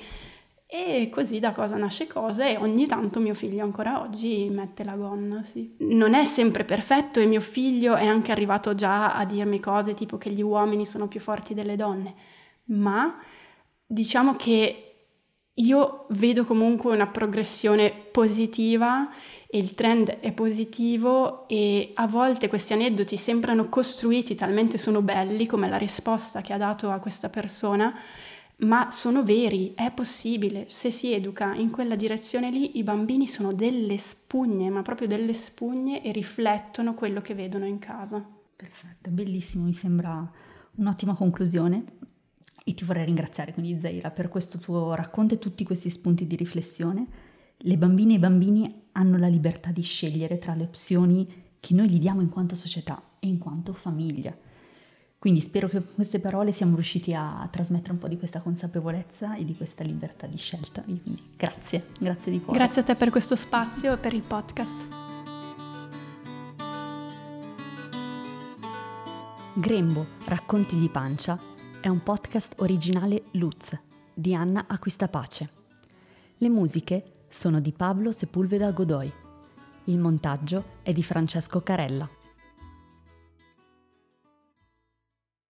E così da cosa nasce cosa, e ogni tanto mio figlio ancora oggi mette la gonna, sì. Non è sempre perfetto e mio figlio è anche arrivato già a dirmi cose tipo che gli uomini sono più forti delle donne, ma diciamo che io vedo comunque una progressione positiva e il trend è positivo, e a volte questi aneddoti sembrano costruiti, talmente sono belli, come la risposta che ha dato a questa persona, ma sono veri, è possibile, se si educa in quella direzione lì. I bambini sono delle spugne, ma proprio delle spugne, e riflettono quello che vedono in casa. Perfetto, bellissimo, mi sembra un'ottima conclusione e ti vorrei ringraziare quindi Zaira per questo tuo racconto e tutti questi spunti di riflessione. Le bambine e i bambini hanno la libertà di scegliere tra le opzioni che noi gli diamo in quanto società e in quanto famiglia. Quindi spero che con queste parole siamo riusciti a trasmettere un po' di questa consapevolezza e di questa libertà di scelta. Quindi grazie di cuore. Grazie a te per questo spazio e per il podcast. Grembo, racconti di pancia è un podcast originale Lutz di Anna Acquistapace. Le musiche sono di Pablo Sepulveda Godoy. Il montaggio è di Francesco Carella.